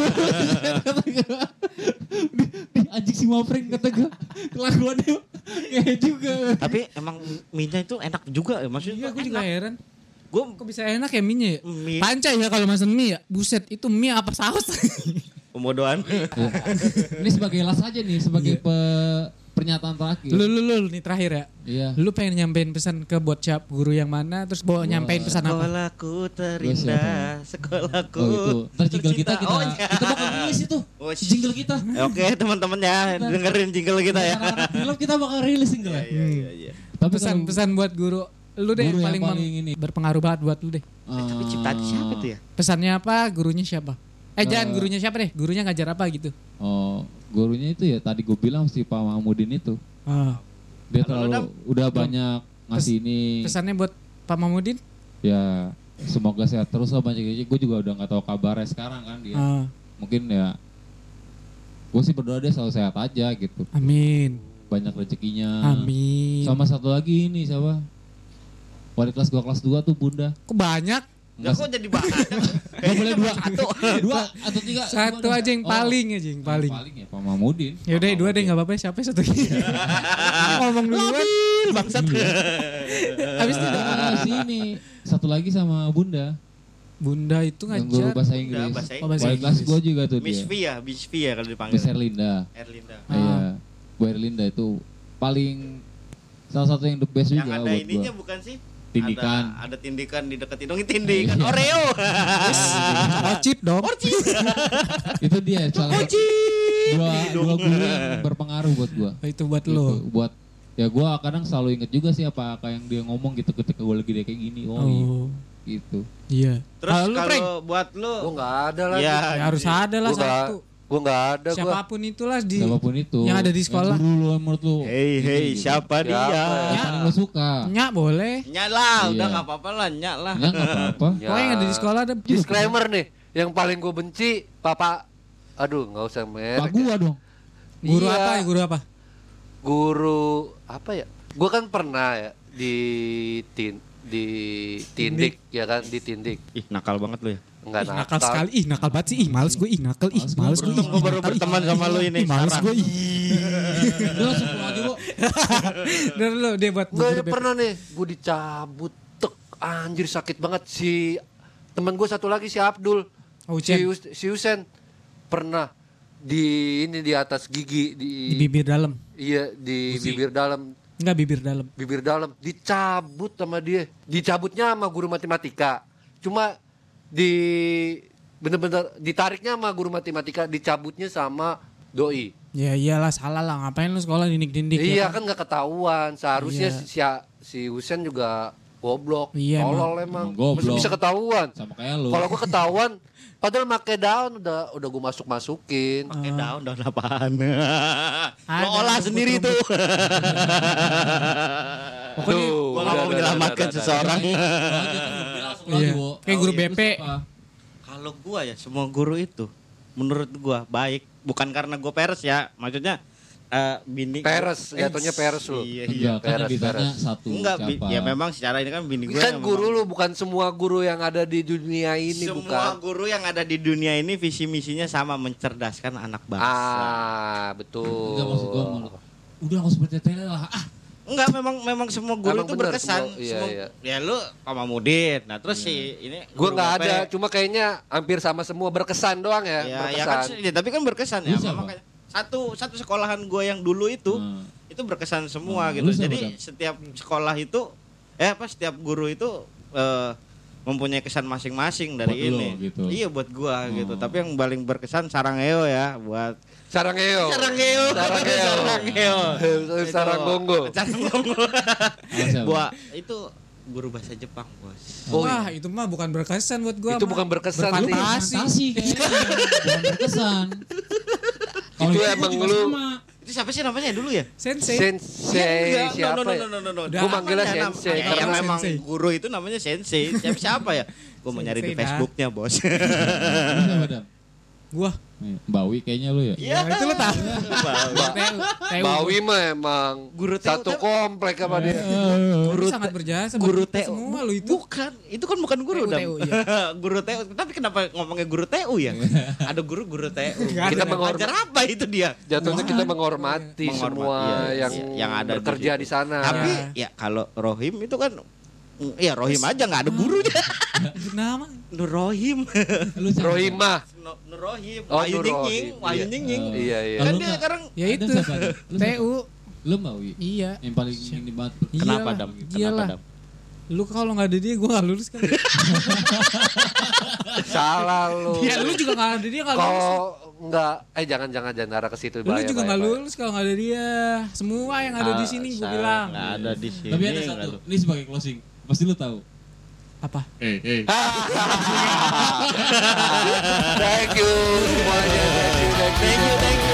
[SPEAKER 3] gue. di, di anjing si Mapreng kata gue. Kelakuannya kayak juga.
[SPEAKER 4] Tapi emang mie-nya itu enak juga ya maksudnya.
[SPEAKER 1] Iya gue juga heran.
[SPEAKER 4] Gue
[SPEAKER 1] Kok bisa enak ya mie-nya ya?
[SPEAKER 4] Mie.
[SPEAKER 1] Pancai ya kalau masan mie ya. Buset itu mie apa saus?
[SPEAKER 4] pemodoan.
[SPEAKER 3] Ini sebagai las aja nih, sebagai
[SPEAKER 1] Iya.
[SPEAKER 3] pe- pernyataan terakhir.
[SPEAKER 1] lu, lu, lu nih terakhir ya.
[SPEAKER 3] Iya.
[SPEAKER 1] Lu pengen nyampein pesan ke buat siap guru yang mana? Terus bawa nyampein pesan apa?
[SPEAKER 4] Sekolahku terindah, sekolahku.
[SPEAKER 3] Oh itu, ntar jingle kita kita,
[SPEAKER 4] tercinta. Oh, iya.
[SPEAKER 3] kita bakal rilis itu,
[SPEAKER 4] Oh,
[SPEAKER 3] si jingle kita.
[SPEAKER 4] Oke teman-teman ya, dengerin jingle kita ya.
[SPEAKER 3] Anak-anak film kita bakal rilis jingle ya.
[SPEAKER 4] Iya, iya, iya.
[SPEAKER 3] Tapi
[SPEAKER 1] Pesan
[SPEAKER 3] kalau-
[SPEAKER 1] pesan buat guru. Lu deh
[SPEAKER 3] Guru
[SPEAKER 1] yang
[SPEAKER 3] yang
[SPEAKER 1] paling,
[SPEAKER 3] paling
[SPEAKER 1] mem-
[SPEAKER 3] ini.
[SPEAKER 1] berpengaruh banget buat lu deh.
[SPEAKER 4] Tapi ciptaan siapa tuh ya?
[SPEAKER 1] Pesannya apa? Gurunya siapa? Eh jangan gurunya siapa deh? Gurunya ngajar apa gitu?
[SPEAKER 3] Oh, gurunya itu ya tadi gue bilang si Pak Mahmudin itu.
[SPEAKER 1] Ah.
[SPEAKER 3] Dia
[SPEAKER 4] Kalau lu,
[SPEAKER 3] terlalu udah banyak ngasih ini.
[SPEAKER 1] Pesannya buat Pak Mahmudin?
[SPEAKER 3] Ya semoga sehat terus lah banyak aja. Gue juga udah nggak tahu kabarnya sekarang kan dia.
[SPEAKER 1] Ah.
[SPEAKER 3] Mungkin ya. Gue sih berdoa dia selalu sehat aja gitu.
[SPEAKER 1] Amin.
[SPEAKER 3] Banyak rezekinya.
[SPEAKER 1] Amin.
[SPEAKER 3] Sama satu lagi ini siapa? Wali kelas gue kelas dua tuh Bunda.
[SPEAKER 1] Kok banyak?
[SPEAKER 4] Enggak kok jadi banyak.
[SPEAKER 3] Gak boleh dua. Satu. Dua atau tiga.
[SPEAKER 1] Satu
[SPEAKER 3] Gimana?
[SPEAKER 1] aja yang
[SPEAKER 3] Oh,
[SPEAKER 1] paling aja yang paling.
[SPEAKER 3] Paling ya Pak Mahmudin.
[SPEAKER 1] Ya udah dua deh nggak apa-apa. Siapa satu? Ngomong duluan.
[SPEAKER 4] Bangsat.
[SPEAKER 1] Habis itu
[SPEAKER 3] Ada ada sini. Satu lagi sama Bunda.
[SPEAKER 1] Bunda itu
[SPEAKER 3] Yang guru
[SPEAKER 1] ngajar.
[SPEAKER 3] bahasa
[SPEAKER 4] Bunda,
[SPEAKER 3] Inggris.
[SPEAKER 4] bahasa
[SPEAKER 1] Oh, bahasa
[SPEAKER 3] Wali kelas
[SPEAKER 1] Inggris.
[SPEAKER 3] gue juga tuh
[SPEAKER 4] Miss
[SPEAKER 3] dia.
[SPEAKER 4] V ya, Miss V ya kalau dipanggil.
[SPEAKER 3] Miss Erlinda.
[SPEAKER 4] Erlinda.
[SPEAKER 1] Ah.
[SPEAKER 3] Iya. Bu Erlinda itu paling salah satu yang the best
[SPEAKER 4] Yang
[SPEAKER 3] juga
[SPEAKER 4] ada
[SPEAKER 3] buat
[SPEAKER 4] ininya
[SPEAKER 3] gua.
[SPEAKER 4] bukan sih?
[SPEAKER 3] Tindikan.
[SPEAKER 4] Ada, ada tindikan di dekat hidung, tindikan
[SPEAKER 3] Iya.
[SPEAKER 4] Oreo.
[SPEAKER 1] Ocip dong.
[SPEAKER 3] Itu dia salah satu dua, dua guru yang berpengaruh buat gua.
[SPEAKER 1] Itu buat
[SPEAKER 3] Gitu.
[SPEAKER 1] lo.
[SPEAKER 3] Buat ya gua kadang selalu inget juga sih apa apa yang dia ngomong gitu ketika gue lagi dia kayak gini. Oh, iya.
[SPEAKER 1] Oh.
[SPEAKER 3] Gitu.
[SPEAKER 1] Iya.
[SPEAKER 4] Terus
[SPEAKER 1] Kalau lu, Frank?
[SPEAKER 4] kalau buat lu,
[SPEAKER 2] Gue nggak ada lagi.
[SPEAKER 4] ya,
[SPEAKER 1] Ya harus ada lah
[SPEAKER 2] Gue nggak,
[SPEAKER 1] satu.
[SPEAKER 2] gue nggak ada. Gue
[SPEAKER 1] Siapapun itulah di
[SPEAKER 3] Siapapun itu.
[SPEAKER 1] yang ada di sekolah.
[SPEAKER 3] Yang guru lu menurut lu.
[SPEAKER 4] Hey hey,
[SPEAKER 3] gitu.
[SPEAKER 4] siapa
[SPEAKER 2] Siapa
[SPEAKER 4] dia?
[SPEAKER 2] ya?
[SPEAKER 3] Yang paling lu suka.
[SPEAKER 1] Nyak boleh.
[SPEAKER 4] Nyak lah, udah
[SPEAKER 3] Iya.
[SPEAKER 4] nggak apa-apa lah, nyak lah.
[SPEAKER 3] Ya nggak apa-apa.
[SPEAKER 2] Ya.
[SPEAKER 1] Pokoknya yang ada di sekolah ada.
[SPEAKER 2] Disclaimer nih, yang paling gue benci papa. Aduh, nggak usah merek.
[SPEAKER 3] Pak gua dong.
[SPEAKER 1] Guru
[SPEAKER 2] Iya.
[SPEAKER 1] apa ya? Guru apa?
[SPEAKER 2] Guru apa ya? Gue kan pernah ya di tin di tindik ya kan di tindik.
[SPEAKER 4] Ih, nakal banget lu ya.
[SPEAKER 2] Enggak
[SPEAKER 1] Ih, nakal
[SPEAKER 2] nakal.
[SPEAKER 1] sekali. Ih, nakal banget sih. Ih, males gue. Ih, nakal. Ih,
[SPEAKER 3] Males
[SPEAKER 1] males
[SPEAKER 3] gue.
[SPEAKER 1] gue. Ih,
[SPEAKER 4] Untung gue baru
[SPEAKER 1] nakal. Ih,
[SPEAKER 4] berteman sama lu ini.
[SPEAKER 1] Ih, males
[SPEAKER 4] sekarang.
[SPEAKER 1] gue. Ih.
[SPEAKER 3] Udah langsung pulang aja, Bu.
[SPEAKER 1] Dan lu dia buat
[SPEAKER 2] Gue
[SPEAKER 1] bubur bebek.
[SPEAKER 2] pernah nih, gue dicabut, tek, anjir sakit banget. Si teman gue satu lagi si Abdul,
[SPEAKER 1] Oh,
[SPEAKER 2] si,
[SPEAKER 1] Ucen.
[SPEAKER 2] Us- si Usen pernah di ini di atas gigi
[SPEAKER 1] Di
[SPEAKER 2] di,
[SPEAKER 1] bibir dalam.
[SPEAKER 2] iya di
[SPEAKER 3] Usi.
[SPEAKER 2] bibir dalam,
[SPEAKER 1] Enggak bibir dalam.
[SPEAKER 2] bibir dalam dicabut sama dia. Dicabutnya sama guru matematika. Cuma di bener-bener ditariknya sama guru matematika, dicabutnya sama doi.
[SPEAKER 1] Ya iyalah salah lah. Ngapain lu sekolah dindik-dindik
[SPEAKER 2] Iya
[SPEAKER 1] ya
[SPEAKER 2] kan nggak ketahuan. Seharusnya
[SPEAKER 1] Iya.
[SPEAKER 2] si si Husen juga goblok,
[SPEAKER 1] Iya,
[SPEAKER 2] tolol emang.
[SPEAKER 3] Emang goblok.
[SPEAKER 2] Mesti bisa ketahuan.
[SPEAKER 3] Sama kayak lu.
[SPEAKER 2] Kalau gua ketahuan, padahal make daun udah udah gua masuk masukin.
[SPEAKER 4] Pakai daun, daun apaan?
[SPEAKER 1] Ada
[SPEAKER 4] Lo olah
[SPEAKER 1] rumput-rumput.
[SPEAKER 4] sendiri tuh.
[SPEAKER 1] Pokoknya
[SPEAKER 2] Tuh,
[SPEAKER 4] Gua
[SPEAKER 2] udah,
[SPEAKER 4] gak mau
[SPEAKER 2] udah,
[SPEAKER 4] menyelamatkan
[SPEAKER 2] udah, udah,
[SPEAKER 4] seseorang.
[SPEAKER 3] Langsung lagi,
[SPEAKER 1] Iya.
[SPEAKER 3] Bu.
[SPEAKER 1] Kayak guru
[SPEAKER 4] Oh, iya.
[SPEAKER 1] B P.
[SPEAKER 3] Apa?
[SPEAKER 4] Kalau gua ya semua guru itu menurut gua baik, bukan karena gua peres ya. Maksudnya eh bini
[SPEAKER 2] Peres, jatuhnya peres lu.
[SPEAKER 4] Iya, iya.
[SPEAKER 3] Enggak, kan yang
[SPEAKER 2] Peres,
[SPEAKER 3] ditanya
[SPEAKER 2] peres.
[SPEAKER 3] satu
[SPEAKER 4] Enggak, bi-
[SPEAKER 3] siapa.
[SPEAKER 4] ya memang secara ini kan bini gue
[SPEAKER 2] Kan guru lu bukan semua guru yang ada di dunia ini
[SPEAKER 4] semua
[SPEAKER 2] bukan.
[SPEAKER 4] guru yang ada di dunia ini visi misinya sama, mencerdaskan anak bangsa.
[SPEAKER 2] Ah, betul.
[SPEAKER 3] Enggak maksud gua malu. Udah enggak usah bertele lah. Ah,
[SPEAKER 4] Enggak, memang memang semua guru
[SPEAKER 2] Emang
[SPEAKER 4] itu
[SPEAKER 2] bener,
[SPEAKER 4] berkesan.
[SPEAKER 2] semua- iya,
[SPEAKER 4] Semua-
[SPEAKER 2] iya.
[SPEAKER 4] Ya lu sama Mudin. Nah, terus si ini
[SPEAKER 2] Gua
[SPEAKER 4] guru
[SPEAKER 2] nggak
[SPEAKER 4] B P.
[SPEAKER 2] ada, cuma kayaknya hampir sama semua berkesan doang ya,
[SPEAKER 4] Ya, ya
[SPEAKER 2] berkesan.
[SPEAKER 4] kan, ya, tapi kan berkesan ya.
[SPEAKER 3] Lu siapa?
[SPEAKER 4] Memang kayak- satu satu sekolahan gue yang dulu itu
[SPEAKER 3] Hmm.
[SPEAKER 4] itu berkesan semua
[SPEAKER 3] Hmm,
[SPEAKER 4] gitu.
[SPEAKER 3] lu siapa,
[SPEAKER 4] Jadi
[SPEAKER 3] Dan?
[SPEAKER 4] setiap sekolah itu eh apa setiap guru itu eh, mempunyai kesan masing-masing dari
[SPEAKER 3] Buat lu,
[SPEAKER 4] ini.
[SPEAKER 3] gitu.
[SPEAKER 4] Iya buat gua gitu.
[SPEAKER 3] Hmm.
[SPEAKER 4] Tapi yang paling berkesan Sarangeo ya buat
[SPEAKER 2] Sarangeo.
[SPEAKER 4] Sarangeo.
[SPEAKER 2] Sarangeo.
[SPEAKER 4] Sarangeo.
[SPEAKER 2] Saranggongo.
[SPEAKER 4] Saranggongo.
[SPEAKER 3] siapa?
[SPEAKER 4] Buat itu guru bahasa Jepang, Bos.
[SPEAKER 2] Oh,
[SPEAKER 1] Wah, itu mah bukan berkesan buat gua.
[SPEAKER 2] Itu
[SPEAKER 1] mah.
[SPEAKER 2] bukan berkesan
[SPEAKER 3] Lu
[SPEAKER 2] sih.
[SPEAKER 3] fantasi kayaknya. Bukan berkesan. Kalau
[SPEAKER 2] Itu
[SPEAKER 3] gua
[SPEAKER 2] emang
[SPEAKER 3] juga
[SPEAKER 2] lu-
[SPEAKER 3] sama.
[SPEAKER 4] Itu siapa sih namanya dulu ya?
[SPEAKER 1] Sensei.
[SPEAKER 2] Sensei
[SPEAKER 4] Enggak,
[SPEAKER 2] siapa
[SPEAKER 4] no, no,
[SPEAKER 2] ya?
[SPEAKER 4] no, no, no, no.
[SPEAKER 1] Udah.
[SPEAKER 2] Gua manggilnya
[SPEAKER 4] Namanya,
[SPEAKER 2] sensei
[SPEAKER 4] nam- ya,
[SPEAKER 2] karena
[SPEAKER 4] yang memang
[SPEAKER 1] sensei.
[SPEAKER 4] guru itu namanya sensei. Siapa siapa ya? Gua mau nyari di
[SPEAKER 1] Sensei dah.
[SPEAKER 4] Facebooknya, Bos.
[SPEAKER 3] Lu siapa, Dam?
[SPEAKER 1] Gua.
[SPEAKER 3] Nih, Mbak Wi kayaknya lu ya.
[SPEAKER 1] Ya, itu lu tahu.
[SPEAKER 2] Ba-
[SPEAKER 1] Teu, Teu.
[SPEAKER 2] Bawi mah emang
[SPEAKER 4] Guru T U,
[SPEAKER 2] satu
[SPEAKER 4] tapi-
[SPEAKER 2] komplek sama dia.
[SPEAKER 1] Guru sangat berjasa buat
[SPEAKER 4] Guru
[SPEAKER 1] kita
[SPEAKER 4] T U.
[SPEAKER 1] semua lu itu.
[SPEAKER 4] Bukan, itu kan bukan guru,
[SPEAKER 1] T U,
[SPEAKER 4] Dam.
[SPEAKER 1] T U, iya.
[SPEAKER 4] Guru T U. Tapi kenapa ngomongnya guru T U ya? Ada guru guru T U.
[SPEAKER 1] Nggak
[SPEAKER 2] Kita
[SPEAKER 1] ada.
[SPEAKER 2] menghormati,
[SPEAKER 4] Ngajar apa itu dia?
[SPEAKER 2] jatuhnya kita menghormati,
[SPEAKER 4] Menghormati,
[SPEAKER 2] semua
[SPEAKER 4] iya,
[SPEAKER 2] yang,
[SPEAKER 4] iya, yang ada di
[SPEAKER 2] bekerja
[SPEAKER 4] situ.
[SPEAKER 2] di, sana.
[SPEAKER 4] Tapi ya kalau Rohim itu kan mm, ya Rohim aja nggak ada gurunya.
[SPEAKER 1] Nama
[SPEAKER 4] Nur Rohim.
[SPEAKER 3] Lu siapa?
[SPEAKER 2] Rohimah.
[SPEAKER 4] No- Nur Rohim.
[SPEAKER 2] Oh,
[SPEAKER 4] Wahyu
[SPEAKER 2] Nur
[SPEAKER 4] Nyingnying.
[SPEAKER 2] Rohim,
[SPEAKER 4] Wahyu
[SPEAKER 2] iya.
[SPEAKER 4] Nyingnying.
[SPEAKER 3] Oh.
[SPEAKER 2] Iya, iya.
[SPEAKER 3] Kalau
[SPEAKER 4] Kan
[SPEAKER 3] lu
[SPEAKER 4] dia
[SPEAKER 3] nggak-
[SPEAKER 4] sekarang
[SPEAKER 1] ya
[SPEAKER 3] Ada
[SPEAKER 1] itu.
[SPEAKER 3] siapa, Dam? Lu
[SPEAKER 1] T
[SPEAKER 3] siapa?
[SPEAKER 1] U.
[SPEAKER 3] Lu Mbak Wi.
[SPEAKER 1] Iya.
[SPEAKER 3] Yang paling ini banget.
[SPEAKER 4] kenapa
[SPEAKER 1] Iyalah,
[SPEAKER 4] Dam? Kenapa
[SPEAKER 1] iyalah.
[SPEAKER 4] Dam?
[SPEAKER 1] Lu kalau nggak ada dia gue nggak lulus kan.
[SPEAKER 2] Salah lu.
[SPEAKER 1] Ya lu juga nggak ada dia nggak lulus.
[SPEAKER 2] Kalau enggak, eh jangan jangan jangan arah ke situ.
[SPEAKER 1] Lu
[SPEAKER 2] bahaya,
[SPEAKER 1] juga
[SPEAKER 2] bahaya,
[SPEAKER 1] nggak
[SPEAKER 2] bahaya.
[SPEAKER 1] lulus kalau nggak ada dia. Semua yang ada di sini gue
[SPEAKER 4] Ah,
[SPEAKER 1] bilang.
[SPEAKER 4] nggak ada di sini.
[SPEAKER 3] Tapi ada
[SPEAKER 4] nggak
[SPEAKER 3] satu.
[SPEAKER 4] lu-
[SPEAKER 3] Ini sebagai closing. Pasti lu tahu.
[SPEAKER 1] Apa?
[SPEAKER 3] Eh, eh.
[SPEAKER 2] Thank you semuanya. Thank you, thank you.
[SPEAKER 4] Thank you, thank you.